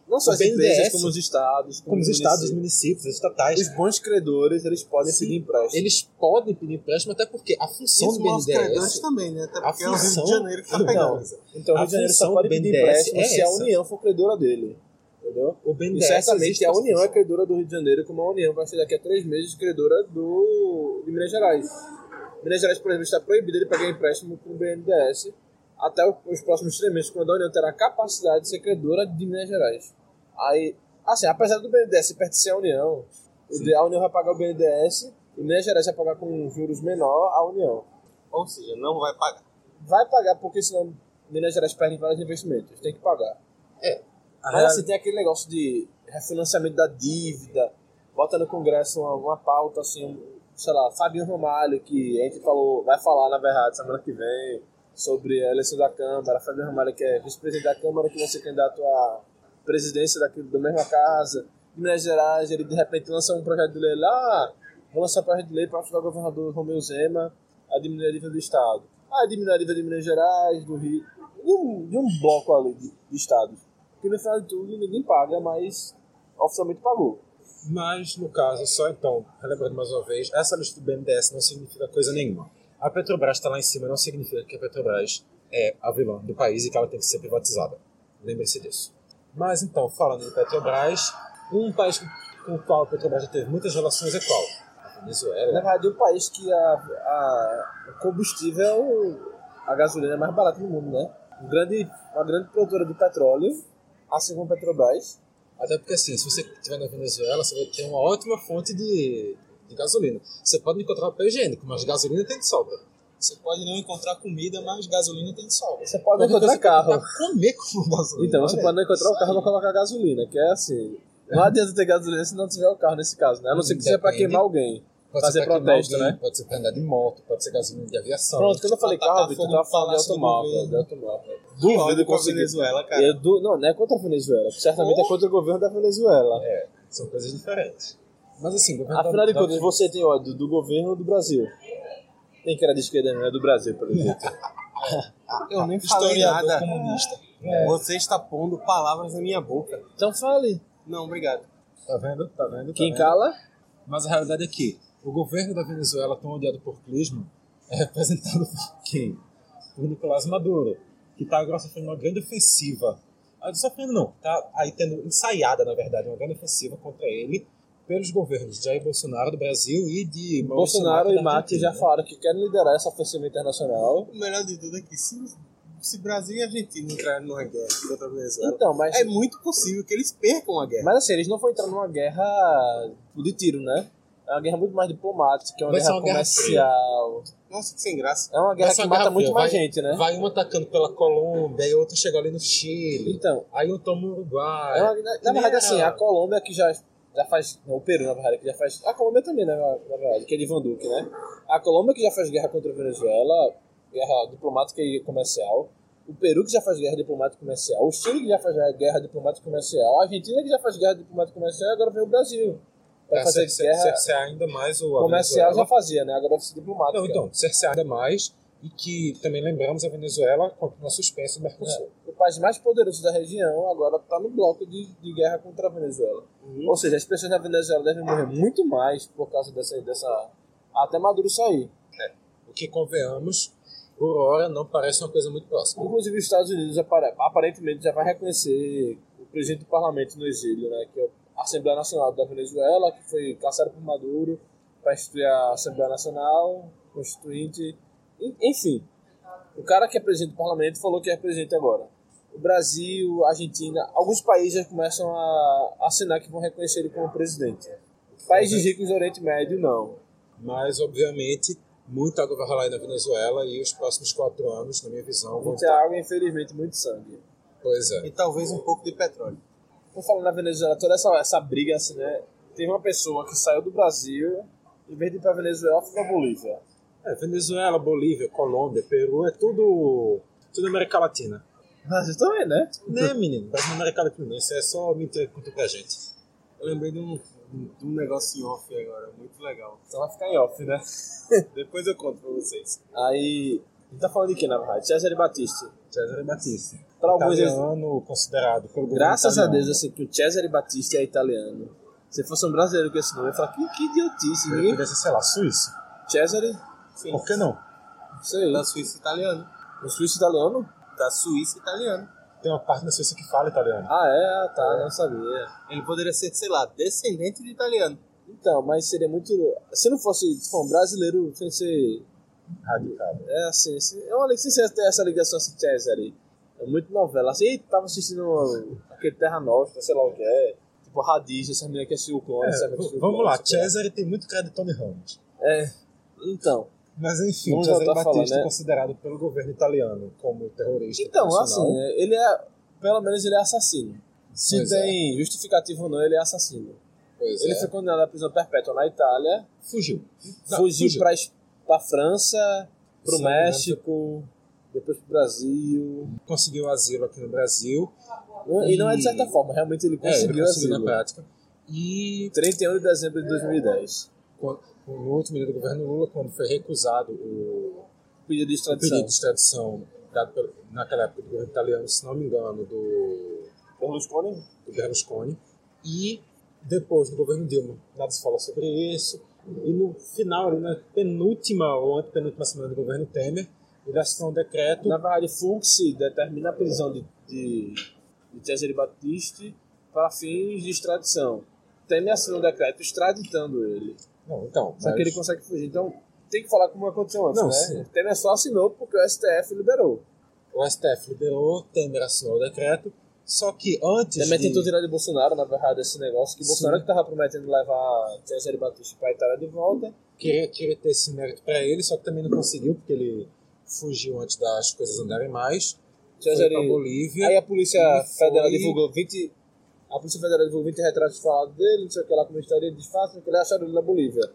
Não só
O
as empresas,
B N D E S,
como os estados,
como os estados, os municípios, os estatais.
Os bons credores, eles podem
Sim,
pedir empréstimo.
Eles podem pedir empréstimo, até porque a função
Os
do
maus credores
B N D E S...
também, né? Até
A
porque é o Rio
função-
de Janeiro que tá
Então,
pegando.
Então, o
A
Rio de Janeiro
função
só pode
do
pedir
B N D E S
empréstimo
é
se a
essa.
União for credora dele. Entendeu?
O B N
E
D E S
certamente
existe
a
essa
União é
função.
credora do Rio de Janeiro, como a União vai ser daqui a três meses credora do, de Minas Gerais. Minas Gerais, por exemplo, está proibida de pegar empréstimo com o B N D E S até os próximos três meses, quando a União terá a capacidade de ser credora de Minas Gerais. Aí, assim, apesar do B N D E S pertencer à União,
Sim.
a União vai pagar o B N D E S e Minas Gerais vai pagar com juros menor a União.
Ou seja, não vai pagar.
Vai pagar porque senão Minas Gerais perde vários investimentos. Tem que pagar.
É. A
Mas
real-
assim, tem aquele negócio de refinanciamento da dívida, bota no Congresso uma, uma pauta assim, sei lá, Fabinho Ramalho, que a gente falou, vai falar na verdade semana que vem sobre a eleição da Câmara. Fabinho Ramalho, que é vice-presidente da Câmara, que vai ser candidato à presidência daquilo, da mesma casa. Em Minas Gerais, ele de repente lança um projeto de lei lá, vou lançar um projeto de lei para ajudar o governador Romeu Zema a diminuir a dívida do Estado. Ah, diminuir a dívida de Minas Gerais, do Rio, de um, de um bloco ali de, de estados. Que no final de tudo ninguém paga, mas oficialmente pagou.
Mas, no caso, só então, relembrando mais uma vez, essa lista do B N D E S não significa coisa nenhuma. A Petrobras está lá em cima, não significa que a Petrobras é a vilã do país e que ela tem que ser privatizada. Lembre-se disso. Mas, então, falando de Petrobras, um país com o qual a Petrobras já teve muitas relações é qual? A
Na
Venezuela.
verdade, é um país que a, a, o combustível, a gasolina é mais barata no mundo, né? Um grande, uma grande produtora de petróleo, assim como a Petrobras.
Até porque, assim, se você estiver na Venezuela, você vai ter uma ótima fonte de, de gasolina. Você pode encontrar papel higiênico, mas gasolina tem de sobra.
Você pode não encontrar comida, mas gasolina tem de sobra.
Você pode
Mas
encontrar
você
carro.
pode comer com gasolina.
Então, você
olha
pode não
aí.
encontrar o carro para colocar gasolina, que é assim. Não adianta ter gasolina se não tiver o carro nesse caso, né? A não ser que seja para
Depende.
queimar alguém.
Pode
fazer
ser pra queimar
protesto,
alguém,
né?
Pode ser pra andar de moto, pode ser gasolina de aviação.
Pronto, quando eu falei
Atacar
carro, Vitor, eu
fogo
tava
no
falando de
palácio do
automóvel.
governo.
De automóvel.
Que
Duvido
ódio com a
conseguir.
Venezuela, cara.
Eu du... Não, não é contra a Venezuela. Certamente é contra o governo da Venezuela.
É, são coisas diferentes. Mas assim, o governo
Afinal de
da-
contas, você tem ódio do governo ou do Brasil? Tem que era de esquerda, não é do Brasil, pelo jeito.
Eu nem falei
Historiador
nada.
comunista.
Você está pondo palavras na minha boca.
Então fale.
Não, obrigado.
Tá vendo? Tá vendo? Tá
Quem
vendo?
cala?
Mas a realidade é que o governo da Venezuela, tão odiado por Clisma, é representado por quem? Por Nicolás Maduro, que está agora sofrendo uma grande ofensiva. Ah, sofrendo não, está aí tendo ensaiada, na verdade, uma grande ofensiva contra ele pelos governos de Jair Bolsonaro do Brasil e de Maurício
Bolsonaro
Macri
e
da
Macri
Argentina,
já falaram que querem liderar essa ofensiva internacional.
O melhor de tudo é que se, se Brasil e Argentina entrarem numa guerra contra a Venezuela,
Então, mas,
é muito possível que eles percam a guerra.
mas assim, eles não vão entrar numa guerra de tiro, né? É uma guerra muito mais diplomática, é uma
Vai ser
guerra
uma guerra
comercial.
Nossa, que sem graça.
É uma guerra
Vai ser
que
uma
mata
guerra
muito
fria,
mais
vai-
gente, né?
Vai um atacando pela Colômbia, e outro chega ali no Chile,
Então,
aí um toma o Uruguai.
é uma- na, na
Que nem
verdade, assim,
era-
a Colômbia que já, já faz. Não, o Peru, na verdade, que já faz. A Colômbia também, né? Na verdade, que é de Van Duque, né? A Colômbia que já faz guerra contra a Venezuela, guerra diplomática e comercial. O Peru que já faz guerra diplomática e comercial. O Chile que já faz guerra diplomática e comercial. A Argentina que já faz guerra diplomática e comercial. E agora vem o Brasil. Pra
Pra
fazer
cercear
guerra
cercear ainda mais o a
comercial
Venezuela.
já fazia, né? Agora vai ser diplomática.
Não, então, cercear ainda mais, e que também lembramos a Venezuela continua suspensa no Mercosul.
É. O país mais poderoso da região agora está no bloco de, de guerra contra a Venezuela.
Uhum.
Ou seja, as pessoas na Venezuela devem morrer muito mais por causa dessa... dessa até Maduro sair.
O que, convenhamos, por hora não parece uma coisa muito próxima.
Inclusive os Estados Unidos apare- aparentemente já vai reconhecer o presidente do parlamento no exílio, né? Que é a Assembleia Nacional da Venezuela, que foi caçada por Maduro para instituir a Assembleia Nacional Constituinte. En- Enfim, o cara que é presidente do parlamento falou que é presidente agora. O Brasil, a Argentina, alguns países já começam a assinar que vão reconhecer ele como presidente. Países ricos do Oriente Médio, não.
Mas, obviamente, muita água vai rolar aí na Venezuela e os próximos quatro anos, na minha visão, vão
Muita
estar...
água e, infelizmente, muito sangue.
Pois é.
E talvez um pouco de petróleo.
Vou falar na Venezuela, toda essa, essa briga, assim, né? Teve uma pessoa que saiu do Brasil, em vez de ir pra Venezuela, foi pra Bolívia.
É, Venezuela, Bolívia, Colômbia, Peru, é tudo, tudo América Latina.
Brasil também, né?
Né, menino? Brasil não é América Latina, não. Isso é só mentira que conta pra gente.
Eu lembrei de um, de um negócio em off agora, muito legal.
Então vai ficar em off, né?
Depois eu conto pra vocês.
Aí, a gente tá falando de quem, na verdade? César Batista.
César Batista.
Pra alguns,
italiano considerado pelo governo
graças
italiano.
a Deus, assim, que o Cesare Battisti é italiano. Se fosse um brasileiro com esse nome, eu ia falar, que, que idiotice.
Ele
Ninguém...
poderia ser, sei lá, suíço.
Cesare?
Sim.
Por que não?
Isso aí.
Da Suíça italiano.
O suíço italiano?
Da Suíça italiano.
Tem uma parte da Suíça que fala italiano.
Ah, é? Ah, tá, não sabia.
Ele poderia ser, sei lá, descendente de italiano.
Então, mas seria muito... Se não fosse tipo, um brasileiro sem ser...
Radical.
É assim, assim é uma sem ser ter essa ligação assim, Cesare. É muito novela. Assim, eita, tava assistindo aquele Terra Nostra, sei lá o que é. Tipo, Radiz, essa menina que assistiu o clone.
É,
sabe, que
v-
assistiu o
vamos
Clone,
lá,
sei lá.
Cesare tem muito cara de Tony Ramos.
É, então...
Mas enfim,
Vamos
Cesare
voltar a
Battisti
falar, né?
é considerado pelo governo italiano como terrorista
Então,
internacional.
assim, ele é... Pelo menos ele é assassino. Se
Pois
tem justificativo ou não, ele é assassino.
Pois
Ele
é.
foi condenado à prisão perpétua na Itália,
Fugiu. Não,
fugiu pra, es- pra França, pro
Se não me engano,
México, depois pro Brasil.
Conseguiu asilo aqui no Brasil.
E não é de
E-
certa forma, realmente ele
É, ele
conseguiu
conseguiu na
asilo.
prática. E
trinta e um de dezembro de dois mil e dez.
quando- no último dia do governo Lula, quando foi recusado o,
Pedido de
o
extradição.
pedido de extradição dado pelo, naquela época do governo italiano, se não me engano, do,
Berlusconi?
do Berlusconi. E depois, no governo Dilma, nada se fala sobre isso. E no final, ali, na penúltima ou antepenúltima semana do governo Temer, ele assinou um decreto.
Na verdade, Fux determina a prisão de, de, de Cesare Battisti para fins de extradição. Temer assinou um decreto extraditando ele.
Não, então.
Só
mas-
que ele consegue fugir. Então, tem que falar como aconteceu antes,
Não,
né?
sim.
Temer só assinou porque o S T F liberou.
O S T F liberou, Temer assinou o decreto. Só que antes.
Temer
de...
tentou tirar de Bolsonaro, na verdade, esse negócio. Que
Sim.
Bolsonaro que tava prometendo levar Cesare Battisti para a Itália de volta.
Queria, queria ter esse mérito para ele, só que também não conseguiu, porque ele fugiu antes das coisas andarem mais.
Cesare...
Foi pra Bolívia.
Aí a Polícia
E
Federal
foi-
divulgou vinte... A Polícia Federal divulgou vinte retratos falados dele, não sei o que lá, como estaria desfácil, que ele acharam ele na Bolívia.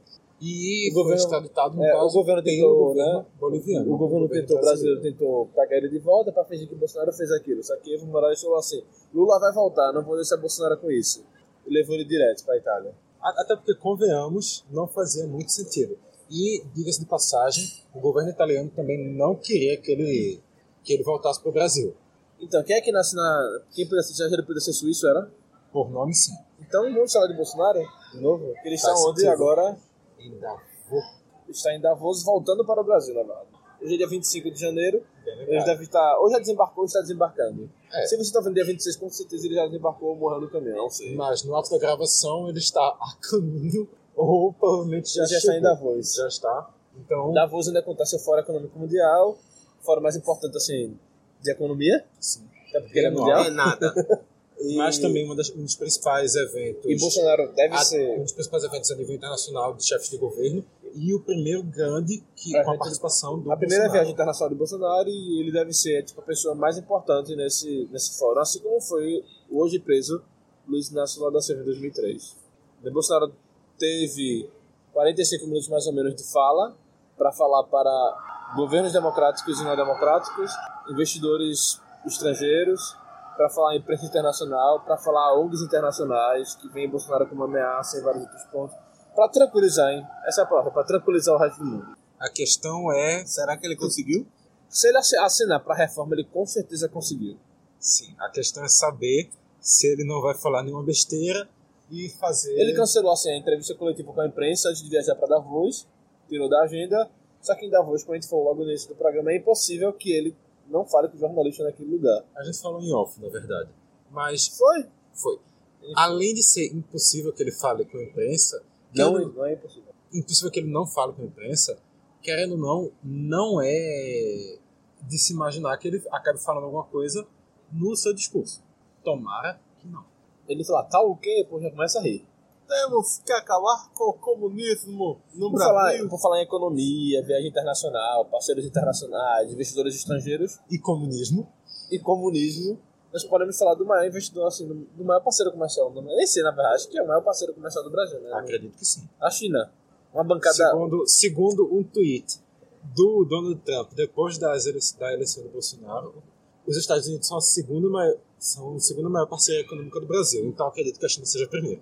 E
O
foi
governo-
extraditado no
é,
caso
o governo
pelo
tentou,
governo
né?
boliviano.
O governo tentou, o brasileiro tentou pegar ele de volta para fingir que Bolsonaro fez aquilo. Só que Evo Morales falou assim: Lula vai voltar, não vou deixar Bolsonaro com isso. E levou ele direto para a Itália.
A- Até porque, convenhamos, não fazia muito sentido. E, diga-se de passagem, o governo italiano também não queria que ele, que ele voltasse para o Brasil.
Então, quem é que nasce na. Quem podia ser, já podia ser suíço, era?
Por nome, sim.
Então vamos falar de Bolsonaro de novo? Que ele está
Faz
onde
sentido.
agora?
Ainda vou
Está em Davos, voltando para o Brasil, na verdade. Hoje é dia vinte e cinco de janeiro.
bem
Ele
lembrado.
deve estar. Ou já desembarcou ou está desembarcando.
É.
Se você está vendo dia vinte e seis, com certeza ele já desembarcou ou morreu no caminhão, não sei.
Mas no ato da gravação ele está a caminho, ou provavelmente já,
Já está em
chegou.
Davos.
Já está. Então,
Davos ainda acontece o Fórum Econômico Mundial, fórum mais importante assim de economia,
sim.
até porque ele é
Não,
Não
mundial.
é nada.
E,
Mas também uma das, um dos principais eventos.
e Bolsonaro deve
a-
ser.
Um dos principais eventos a nível internacional de chefes de governo e o primeiro grande que,
Pra
com a
gente-
participação do
A primeira
Bolsonaro.
viagem internacional de Bolsonaro e ele deve ser tipo, a pessoa mais importante nesse, nesse fórum, assim como foi o hoje preso Luiz Inácio Lula da Silva em dois mil e três. O Bolsonaro teve quarenta e cinco minutos mais ou menos de fala para falar para governos democráticos e não democráticos, investidores estrangeiros, para falar em imprensa internacional, para falar O N Gs internacionais que veem Bolsonaro como ameaça em vários outros pontos, para tranquilizar, hein? Essa é a palavra, para tranquilizar o resto do mundo.
A questão é,
Será que ele conseguiu?
Se ele assi- assinar para a reforma, ele com certeza conseguiu.
sim, a questão é saber se ele não vai falar nenhuma besteira e fazer.
Ele cancelou assim, a entrevista coletiva com a imprensa antes de viajar para Davos, tirou da agenda. Só que em Davos, como a gente falou logo no início do programa, é impossível que ele não fale com o jornalista naquele lugar.
A gente falou em off, na verdade. Mas
Foi?
foi. Além de ser impossível que ele fale com a imprensa,
Não,
querendo-
não é impossível.
impossível que ele não fale com a imprensa, querendo ou não, não é de se imaginar que ele acabe falando alguma coisa no seu discurso. Tomara que não.
Ele fala, tá o quê? Pô, já começa a rir.
Temos que acabar com o comunismo no
Por falar,
Brasil.
por falar em economia, viagem internacional, parceiros internacionais, investidores estrangeiros
E comunismo?
e comunismo, nós podemos falar do maior investidor, assim, do, do maior parceiro comercial. Não, nem sei, na verdade, acho que é o maior parceiro comercial do Brasil, né?
Acredito que sim.
A China. Uma bancada...
Segundo, segundo um tweet do Donald Trump, depois das ele- da eleição do Bolsonaro, os Estados Unidos são a segunda maior, são a segunda maior parceira econômica do Brasil. Então acredito que a China seja a primeira.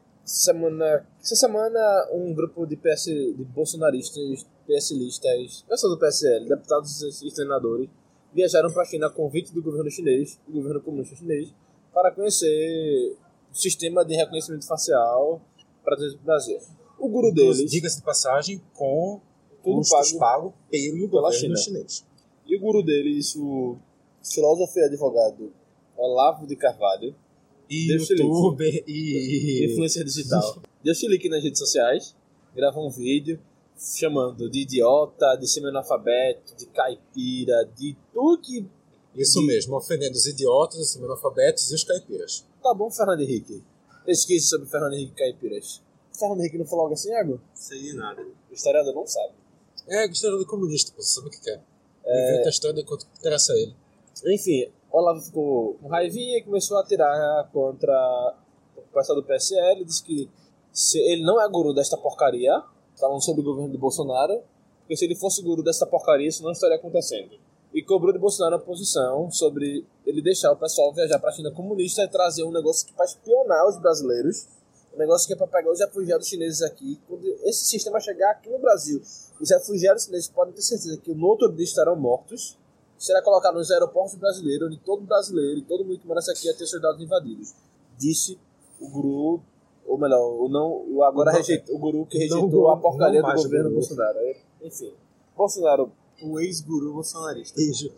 Semana, essa semana um grupo de P S de bolsonaristas, PSListas, pessoas do P S L, deputados e senadores, viajaram para a China a convite do governo chinês, do governo comunista chinês, para conhecer o sistema de reconhecimento facial para o Brasil. O guru deles...
Diga-se de passagem, com
tudo
custos
pago,
pago pelo
pela
governo
China.
chinês.
E o guru deles, o filósofo e advogado Olavo de Carvalho,
E
deu
youtuber e...
influencer digital, deu chilique nas redes sociais, gravou um vídeo chamando de idiota, de semi-analfabeto, de caipira, de tudo que...
Isso
de...
mesmo, ofendendo os idiotas, os semi-analfabetos e os caipiras.
Tá bom, Fernando Henrique. Pesquise sobre Fernando Henrique Caipiras. Fernando Henrique não falou algo assim, Água?
Sei nada.
O historiador não sabe.
É, história do comunista, pô, você sabe o que quer. É... Inventa a história de quanto interessa a ele.
Enfim, Olavo ficou com raivinha e começou a atirar contra o pessoal do P S L. Disse que se ele não é guru desta porcaria, falando sobre o governo de Bolsonaro, porque se ele fosse guru dessa porcaria, isso não estaria acontecendo. E cobrou de Bolsonaro a posição sobre ele deixar o pessoal viajar para a China comunista e trazer um negócio que para espionar os brasileiros, um negócio que é para pegar os refugiados chineses aqui. Quando esse sistema chegar aqui no Brasil, os refugiados chineses podem ter certeza que no outro dia estarão mortos. Será colocado nos aeroportos brasileiros, onde todo brasileiro e todo mundo que mora aqui ia ter seus dados invadidos. Disse o guru, ou melhor, o, não, o agora
não,
rejeitou, o guru que rejeitou
não,
a porcaria
não
do governo
guru.
Bolsonaro. Enfim, Bolsonaro...
O ex-guru bolsonarista.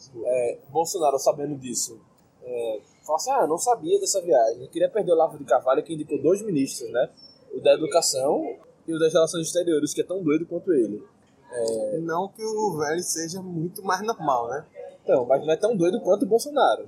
É, Bolsonaro, sabendo disso, é, falou assim, ah, não sabia dessa viagem. Eu queria perder o Olavo de Carvalho, que indicou dois ministros, né? O da Educação e o das Relações Exteriores, que é tão doido quanto ele.
É... Não que o velho seja muito mais normal, né?
Então, mas não é tão doido quanto o Bolsonaro.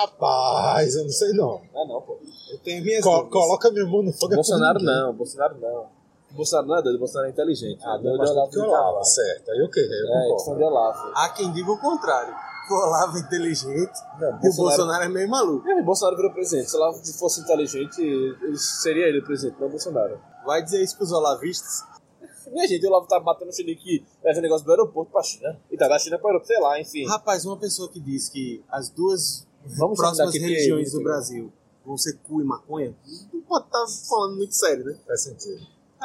Rapaz, eu não sei não.
Ah, não, pô.
Eu tenho minhas
Co
dúvidas.
Coloca minha mão no fogo.
Bolsonaro não, Bolsonaro não. Bolsonaro não é doido, o Bolsonaro é inteligente.
Ah,
doido
mas
é Olavo
que
de
Olavo,
Carvalho.
certo. Aí ok, aí eu
É,
concordo.
fã de Olavo.
Há quem diga o contrário. Que o Olavo é inteligente
Não,
e o
Bolsonaro-
Bolsonaro é meio maluco.
É, Bolsonaro virou presidente. Se o Olavo fosse inteligente, ele seria ele o presidente, não o Bolsonaro.
Vai dizer isso pros olavistas?
Minha gente, o Olavo tá batendo o chilique que leva o negócio do aeroporto pra China. E tá da China pro aeroporto, sei lá, enfim.
Rapaz, uma pessoa que diz que as duas
Vamos
próximas
sair daqui,
religiões
que-
do Brasil vão ser cu e maconha, não pode estar falando muito sério, né?
Faz sentido.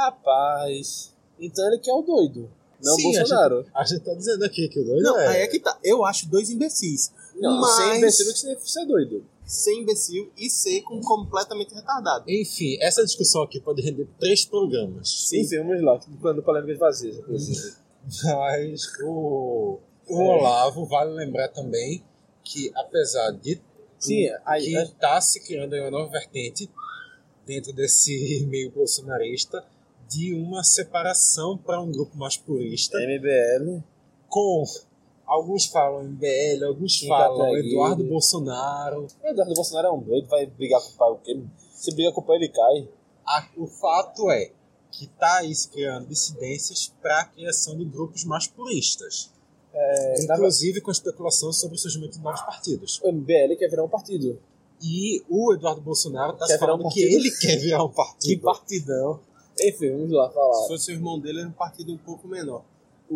Rapaz, então ele que é o doido, não o
Sim,
Bolsonaro.
A gente, a gente tá dizendo aqui que o doido
Não,
é...
aí é que tá. Eu acho dois imbecis.
Não,
mas
sem imbecil que você ser doido.
ser imbecil e ser com completamente retardado.
Enfim, essa discussão aqui pode render três programas.
Sim, sim, vamos lá, quando polêmicas vazias, inclusive.
Mas o, o Olavo, vale lembrar também que, apesar de
Sim, aí,
que está se criando aí uma nova vertente dentro desse meio bolsonarista de uma separação para um grupo mais purista,
M B L.
com alguns falam M B L, alguns
Kim
falam
Kataguiri.
Eduardo Bolsonaro.
O Eduardo Bolsonaro é um doido, vai brigar com o pai o quê? Se briga com o pai, ele cai.
A- o fato é que está aí se criando dissidências para a criação de grupos mais puristas.
É,
Inclusive com especulação sobre o surgimento de novos partidos.
O M B L quer virar um partido.
E o Eduardo Bolsonaro está
Quer virar um
falando que
partido?
ele quer virar um
Que
partido.
partidão. Enfim, vamos lá falar.
Se fosse o irmão dele, era um partido um pouco menor.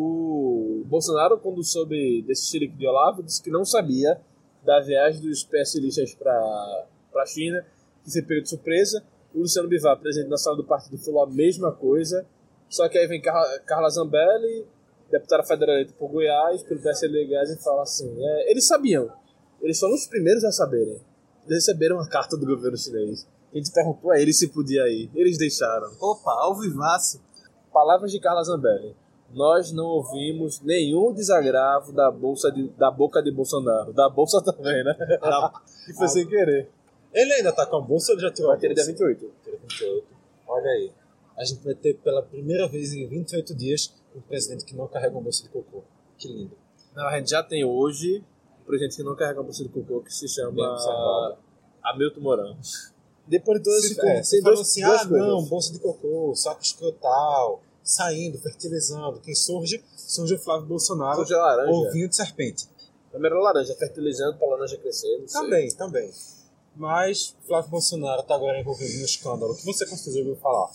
O Bolsonaro, quando soube desse chilique de Olavo, disse que não sabia da viagem dos PSListas para a China, que foi pego de surpresa. O Luciano Bivar, presidente nacional do partido, falou a mesma coisa. Só que aí vem Carla, Carla Zambelli, deputada federal eleita por Goiás, pelo P S L de Goiás, e fala assim, é, eles sabiam. Eles foram os primeiros a saberem. Eles receberam a carta do governo chinês. A gente perguntou a eles se podia ir. Eles deixaram.
Opa, ao vivaço.
Palavras de Carla Zambelli. Nós não ouvimos nenhum desagravo da, bolsa de, da boca de Bolsonaro. Da bolsa também, né? Que foi sem querer.
Ele ainda tá com a bolsa ou ele já tirou
Vai
a
ter dia
bolsa?
vinte e oito.
Dia vinte e oito. Olha aí. A gente vai ter pela primeira vez em vinte e oito dias um presidente que não carrega uma bolsa de cocô. Que lindo.
Não, a gente já tem hoje um presidente que não carrega a bolsa de cocô, que se
Bem
chama
observado.
Hamilton Mourão. Depois de todo esse...
Se, é, se
tem
fala
dois,
assim,
duas
ah
coisas.
não, bolsa de cocô, saco escrotal, saindo, fertilizando. Quem surge? Surge o Flávio Bolsonaro,
Surge a laranja.
ovinho de serpente.
Primeiro a laranja, fertilizando pra laranja crescer. Não sei.
Também, também. Mas Flávio Bolsonaro está agora envolvido no escândalo que você com certeza ouviu falar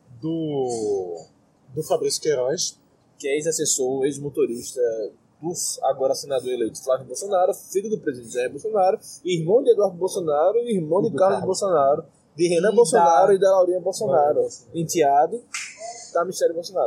do, do Fabrício Queiroz.
Que é ex-assessor, ex-motorista do agora senador eleito Flávio Bolsonaro, filho do presidente Jair Bolsonaro, irmão de Eduardo Bolsonaro e irmão de
do
Carlos
Carlos.
Bolsonaro, de Renan
E
Bolsonaro
da-
e da Laurinha Bolsonaro,
Laurinha Bolsonaro.
enteado da Michele Bolsonaro.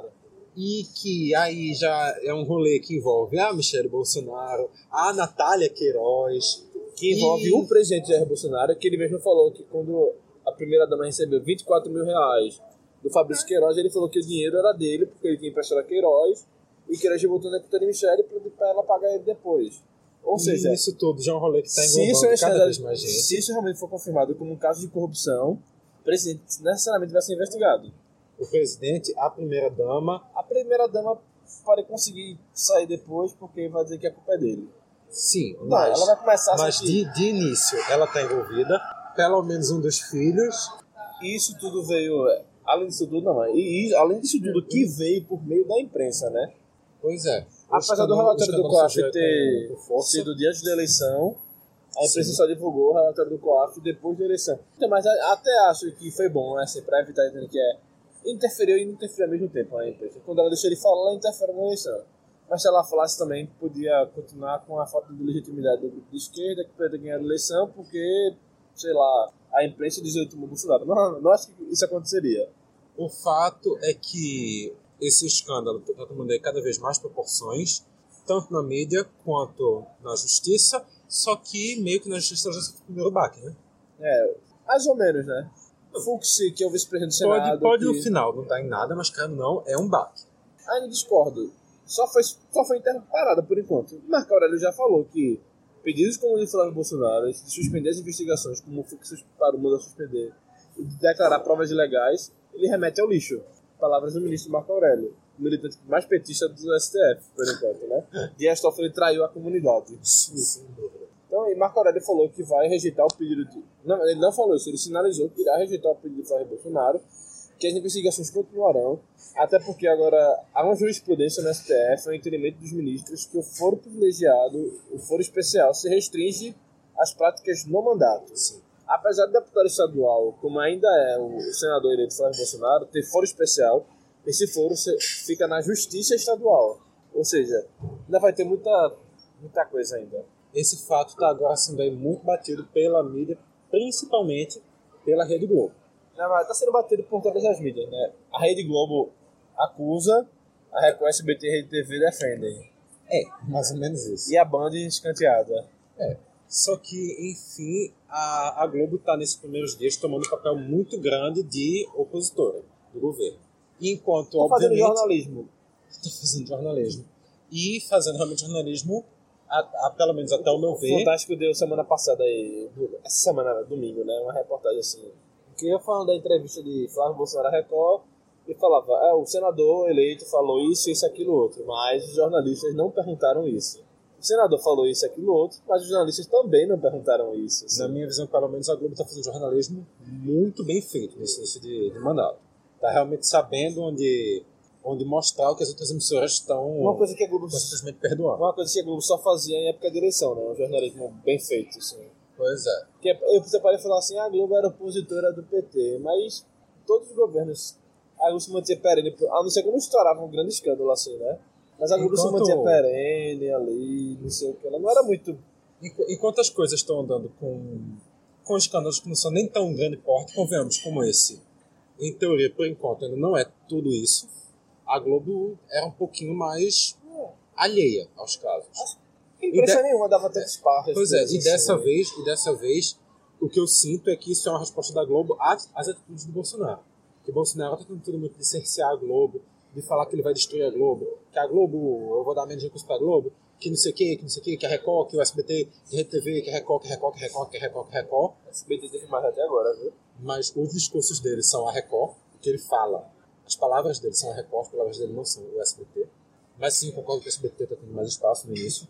e que aí já é um rolê que envolve a Michelle Bolsonaro, a Natália Queiroz,
que envolve e... o presidente Jair Bolsonaro, que ele mesmo falou que quando a primeira-dama recebeu vinte e quatro mil reais do Fabrício Queiroz, ele falou que o dinheiro era dele, porque ele tinha emprestado a Queiroz, e Queiroz voltou na conta de Michelle para ela pagar ele depois. Ou
e
seja,
isso tudo já é um rolê que está envolvendo cada vez mais gente.
Se isso realmente for confirmado como um caso de corrupção, o presidente necessariamente vai ser investigado.
O presidente, a primeira-dama...
A primeira-dama pode conseguir sair depois, porque vai dizer que a culpa é dele.
Sim,
não,
mas,
ela vai começar a
mas de, de início ela está envolvida, pelo menos um dos filhos.
Isso tudo veio, além disso tudo, não, e, e além disso tudo que veio por meio da imprensa, né?
Pois é.
Apesar do relatório do COAF ter sido diante da eleição, a imprensa Sim. só divulgou o relatório do COAF depois da eleição. Mas até acho que foi bom, né, assim, para evitar que é interferiu e não interferiu ao mesmo tempo a imprensa. Quando ela deixou ele falar, ela interfere na eleição. Mas se ela falasse também, podia continuar com a falta de legitimidade do grupo de esquerda, que poderia ganhar a eleição, porque, sei lá, a imprensa deslegitimou o Bolsonaro. Não, não acho que isso aconteceria.
O fato é que esse escândalo está tomando cada vez mais proporções, tanto na mídia quanto na justiça, só que meio que na justiça já foi o primeiro baque, né?
É, mais ou menos, né? Fux, que é o vice-presidente do Senado...
Pode, pode
que...
no final, não dá em nada, mas cara, não, é um baque.
Ainda discordo. Só foi, só foi parada por enquanto. Marco Aurélio já falou que pedidos como o de Flávio Bolsonaro, de suspender as investigações, como o Fux parou, mudou a suspender, e de declarar provas ilegais, ele remete ao lixo. Palavras do ministro Marco Aurélio, o militante mais petista do S T F, por enquanto, né? Dias Toffoli traiu a comunidade.
Sim,
então, e Marco Aurélio falou que vai rejeitar o pedido de... Não, ele não falou isso, ele sinalizou que irá rejeitar o pedido de Flávio Bolsonaro, que as investigações continuarão, até porque agora há uma jurisprudência no S T F, um entendimento dos ministros, que o foro privilegiado, o foro especial, se restringe às práticas no mandato.
Sim.
Apesar do deputado estadual, como ainda é o senador eleito Flávio Bolsonaro, ter foro especial, esse foro fica na justiça estadual. Ou seja, ainda vai ter muita, muita coisa ainda.
Esse fato está agora sendo aí muito batido pela mídia, principalmente pela Rede Globo.
Está sendo batido por todas as mídias, né? A Rede Globo acusa, a Record, S B T e a Rede T V defendem.
É, mais ou menos isso.
E a Band escanteada.
É. Só que, enfim, a, a Globo está nesses primeiros dias tomando um papel muito grande de opositora do governo. Enquanto,
tá
obviamente...
fazendo jornalismo.
Está fazendo jornalismo. E fazendo realmente jornalismo, a, a, pelo menos até o meu ver...
O Fantástico deu semana passada aí, essa semana, domingo, né? Uma reportagem assim... Que eu falando da entrevista de Flávio Bolsonaro à Record, ele falava, é, o senador eleito falou isso, isso, aquilo, outro, mas os jornalistas não perguntaram isso. O senador falou isso, aquilo, outro, mas os jornalistas também não perguntaram isso. Assim.
Na minha visão, pelo menos, a Globo está fazendo jornalismo muito bem feito nesse início de, de mandato. Está realmente sabendo onde, onde mostrar o que as outras emissoras estão
uma coisa que a Globo
simplesmente perdoando.
Uma coisa que a Globo só fazia em época de eleição, né? Um jornalismo bem feito, assim.
Pois é.
Que você pode falar assim, a Globo era opositora do P T, mas todos os governos, a Globo se mantinha perene, a não ser quando estourava um grande escândalo assim, né? Mas a Globo Enquanto... se mantinha perene ali, não sei o que, ela não era muito...
Enquanto as coisas estão andando com, com escândalos que não são nem tão grande porte, convenhamos, como esse, em teoria, por enquanto, ainda não é tudo isso, a Globo era um pouquinho mais alheia aos casos.
Imprensa
de...
nenhuma dava tanto espaço.
Pois é, e
assim,
dessa
né?
vez, e dessa vez, o que eu sinto é que isso é uma resposta da Globo às, às atitudes do Bolsonaro. Que o Bolsonaro está tentando muito de cercear a Globo, de falar que ele vai destruir a Globo, que a Globo, eu vou dar menos recursos para a Globo, que não sei o que, que não sei o que, que a Record, que o S B T, que a Rede T V, que a Record, que a Record, que a Record, que a Record, que a Record.
O S B T teve mais até agora, viu?
Mas os discursos dele são a Record, o que ele fala, as palavras dele são a Record, as palavras dele não são o S B T. Mas sim, concordo que o S B T está tendo mais espaço no início.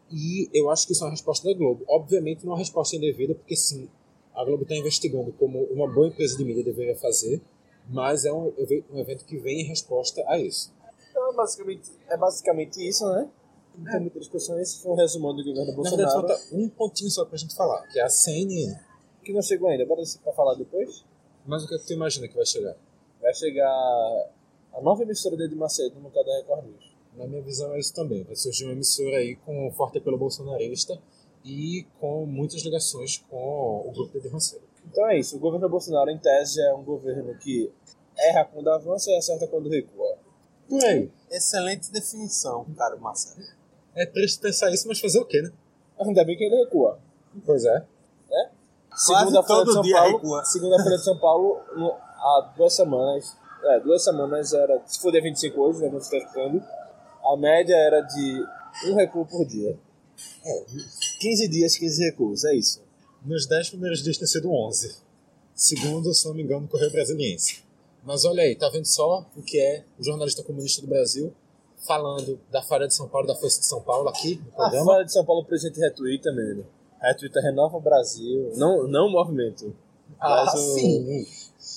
E eu acho que isso é uma resposta da Globo. Obviamente não é uma resposta indevida, porque sim, a Globo está investigando como uma boa empresa de mídia deveria fazer, mas é um, um evento que vem em resposta a isso.
Então, basicamente, é basicamente isso, né? Não tem muita discussão. Esse foi um resumão do governo Bolsonaro.
Na verdade, falta um pontinho só pra gente falar, que é a C N N.
Que não chegou ainda. Bora para falar depois?
Mas o que é que tu imagina que vai chegar?
Vai chegar a nova emissora de Edir Macedo no canal da Record News.
Na minha visão é isso também. Vai surgir uma emissora aí com forte apelo bolsonarista e com muitas ligações com o grupo de Edir Macedo.
Então é isso. O governo Bolsonaro, em tese, é um governo que erra quando avança e acerta quando recua.
Por aí.
Excelente definição, cara, Marcelo.
É triste pensar isso, mas fazer o quê, né?
Ainda bem que ele recua.
Pois é.
Né? Segunda-feira de
todo
São
dia
Paulo.
recua.
Segunda-feira de São Paulo, no- há duas semanas. É, duas semanas era. Se for dia vinte e cinco hoje, né? Quando você está escutando, a média era de um recuo por dia. É, quinze dias, quinze recuos, é isso.
Nos dez primeiros dias tem sido onze. Segundo, se não me engano, o Correio Brasiliense. Mas olha aí, tá vendo só o que é o jornalista comunista do Brasil falando da Folha de São Paulo, da Força de São Paulo aqui no
A
programa?
Folha de São Paulo, o presidente retuita, mano. Retuita Renova Brasil. Não, não o movimento.
Ah,
mas o-
sim.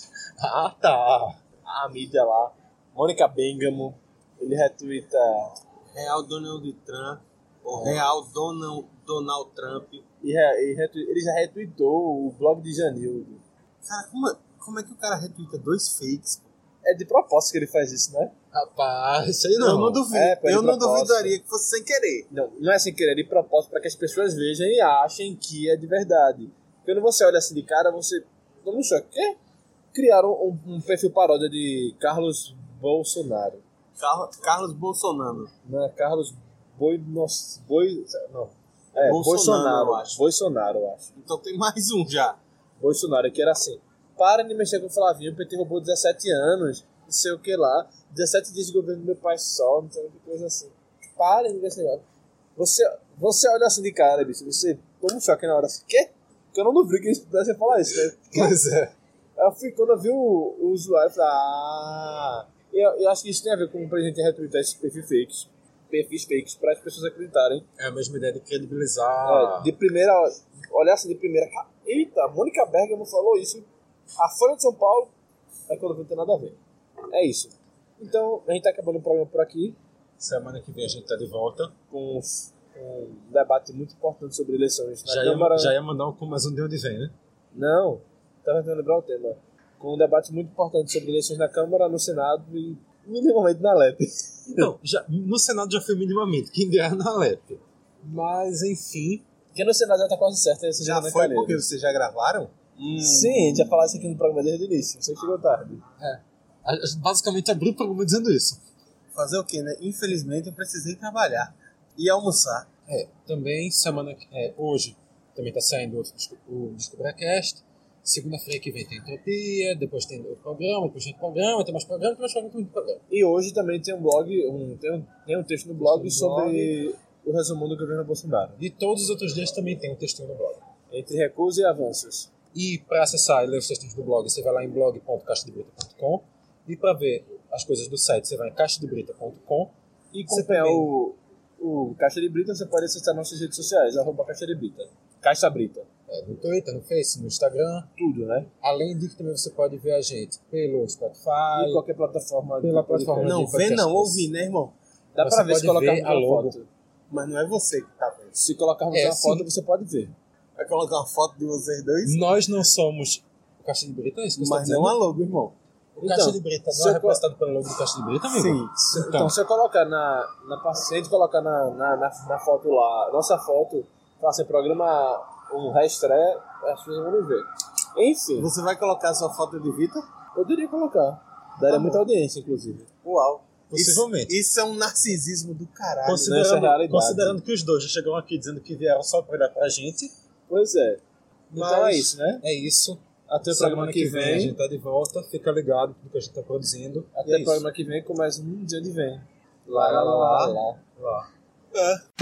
Ah, tá.
A mídia lá. Mônica Bengamo. Ele retuita.
Real Donald Trump, ou Real Donald, Donald Trump.
E, re- e retu- ele já retuitou o blog de Janildo.
Cara, como, é- como é que o cara retuita dois fakes?
É de propósito que ele faz isso, né?
Rapaz, isso aí não.
Eu não duvido.
É, pô,
eu
de
não
propósito.
duvidaria que fosse sem querer.
Não, não é sem querer, é de propósito para que as pessoas vejam e achem que é de verdade. Quando você olha assim de cara, você. Não sei o quê? Criaram um, um perfil paródia de Carlos Bolsonaro.
Carlos, Carlos Bolsonaro.
Não é Carlos Boi. Nossa, Boi. Não. É,
Bolsonaro,
Bolsonaro.
eu acho.
Bolsonaro, eu acho.
Então tem mais um já.
Bolsonaro, que era assim: para de mexer com o Flavinho, o P T roubou dezessete anos, não sei o que lá, dezessete dias de governo do meu pai só, não sei o que coisa assim. Parem de ver esse negócio. Você, você olha assim de cara, bicho, você toma um choque na hora assim, quê? Porque eu não duvido que eles pudessem falar isso, né?
Pois é.
Eu fui, quando eu vi o, o usuário, eu falei, ah. Eu, eu acho que isso tem a ver com o presidente retweetar esses perfis fakes, perfis fakes, para as pessoas acreditarem.
É a mesma ideia de credibilizar.
É, de primeira, olhar assim de primeira, cara, eita, a Mônica Bergamo falou isso, a Folha de São Paulo, é quando não tem nada a ver. É isso. Então, a gente tá acabando o programa por aqui,
Semana que vem a gente tá de volta.
com, com um debate muito importante sobre eleições na
Já
Câmara.
ia, já ia mandar um, mais um de onde vem, né?
Não, tava tentando lembrar o tema. Com um debate muito importante sobre eleições na Câmara, no Senado e minimamente na L E P.
Não, já, no Senado já foi minimamente, quem dera na L E P. Mas, enfim.
Porque no Senado já tá quase certo. Essa
Já
semana
foi
Calheiros.
porque vocês já gravaram?
Sim, a gente já falou isso aqui no programa desde o início. Você chegou tarde.
É, a- a- basicamente abriu o programa dizendo isso.
Fazer o quê, né? Infelizmente eu precisei trabalhar e almoçar.
É, também semana que- é, hoje também tá saindo outro, Desco- o DescobraCast. Segunda-feira que vem tem Entropia, depois tem outro programa, depois tem outro programa, tem mais programa, tem mais programa, tem muito programa.
E hoje também tem um blog, um, tem, um, tem um texto no blog
Texto no
sobre o resumo do governo Bolsonaro.
E todos os outros dias também tem um textinho no blog.
Entre recuos e avanços.
E para acessar e ler os textos do blog, você vai lá em blog ponto caixa de brita ponto com. E para ver as coisas do site, você vai em caixa de brita ponto com.
E
Você
acompanhar
também-
o, o Caixa de Brita, você pode acessar nossas redes sociais, arroba Caixa de Brita. Caixa Brita.
É, no Twitter, no Face, no Instagram.
Tudo, né?
Além de que também você pode ver a gente pelo Spotify.
E qualquer plataforma.
Pela
de podcast.
plataforma.
Não,
de
vê
podcast
não,
que
ouvir, né, irmão?
Dá
Você
pra ver se
pode
colocarmos
ver a
uma
logo.
foto.
Mas não é você que tá vendo.
Se colocarmos
É,
uma
sim.
foto, você pode ver.
Vai colocar uma foto de vocês dois,
Nós não somos o Caixa de Brita, é isso que você
mas
está
não
dizendo?
a logo, irmão.
O Caixa
Então,
de Brita
se
não é
eu
representado pelo logo do Caixa de Brita, amigo?
Sim.
Então,
Então,
se eu colocar na, na paciente, colocar na, na, na, na foto lá, nossa foto, falar assim, programa um reestreia, as pessoas vão ver. Enfim,
Você vai colocar sua foto de Vitor?
poderia colocar. Daria
Tá
muita
bom.
audiência, inclusive.
Uau.
Possivelmente.
Isso, isso é um narcisismo do caralho.
Nessa
considerando,
realidade.
considerando que os dois já chegam aqui dizendo que vieram só para olhar pra gente,
Pois é. Então
Mas-
é isso, né?
é isso.
Até o
Semana
programa
que
que
vem a
vem.
gente tá de volta, fica ligado no que a gente tá produzindo. E
Até
é
o
isso.
programa que vem começa um dia de vem. Lá, lá, lá, lá, lá.
Lá.
É.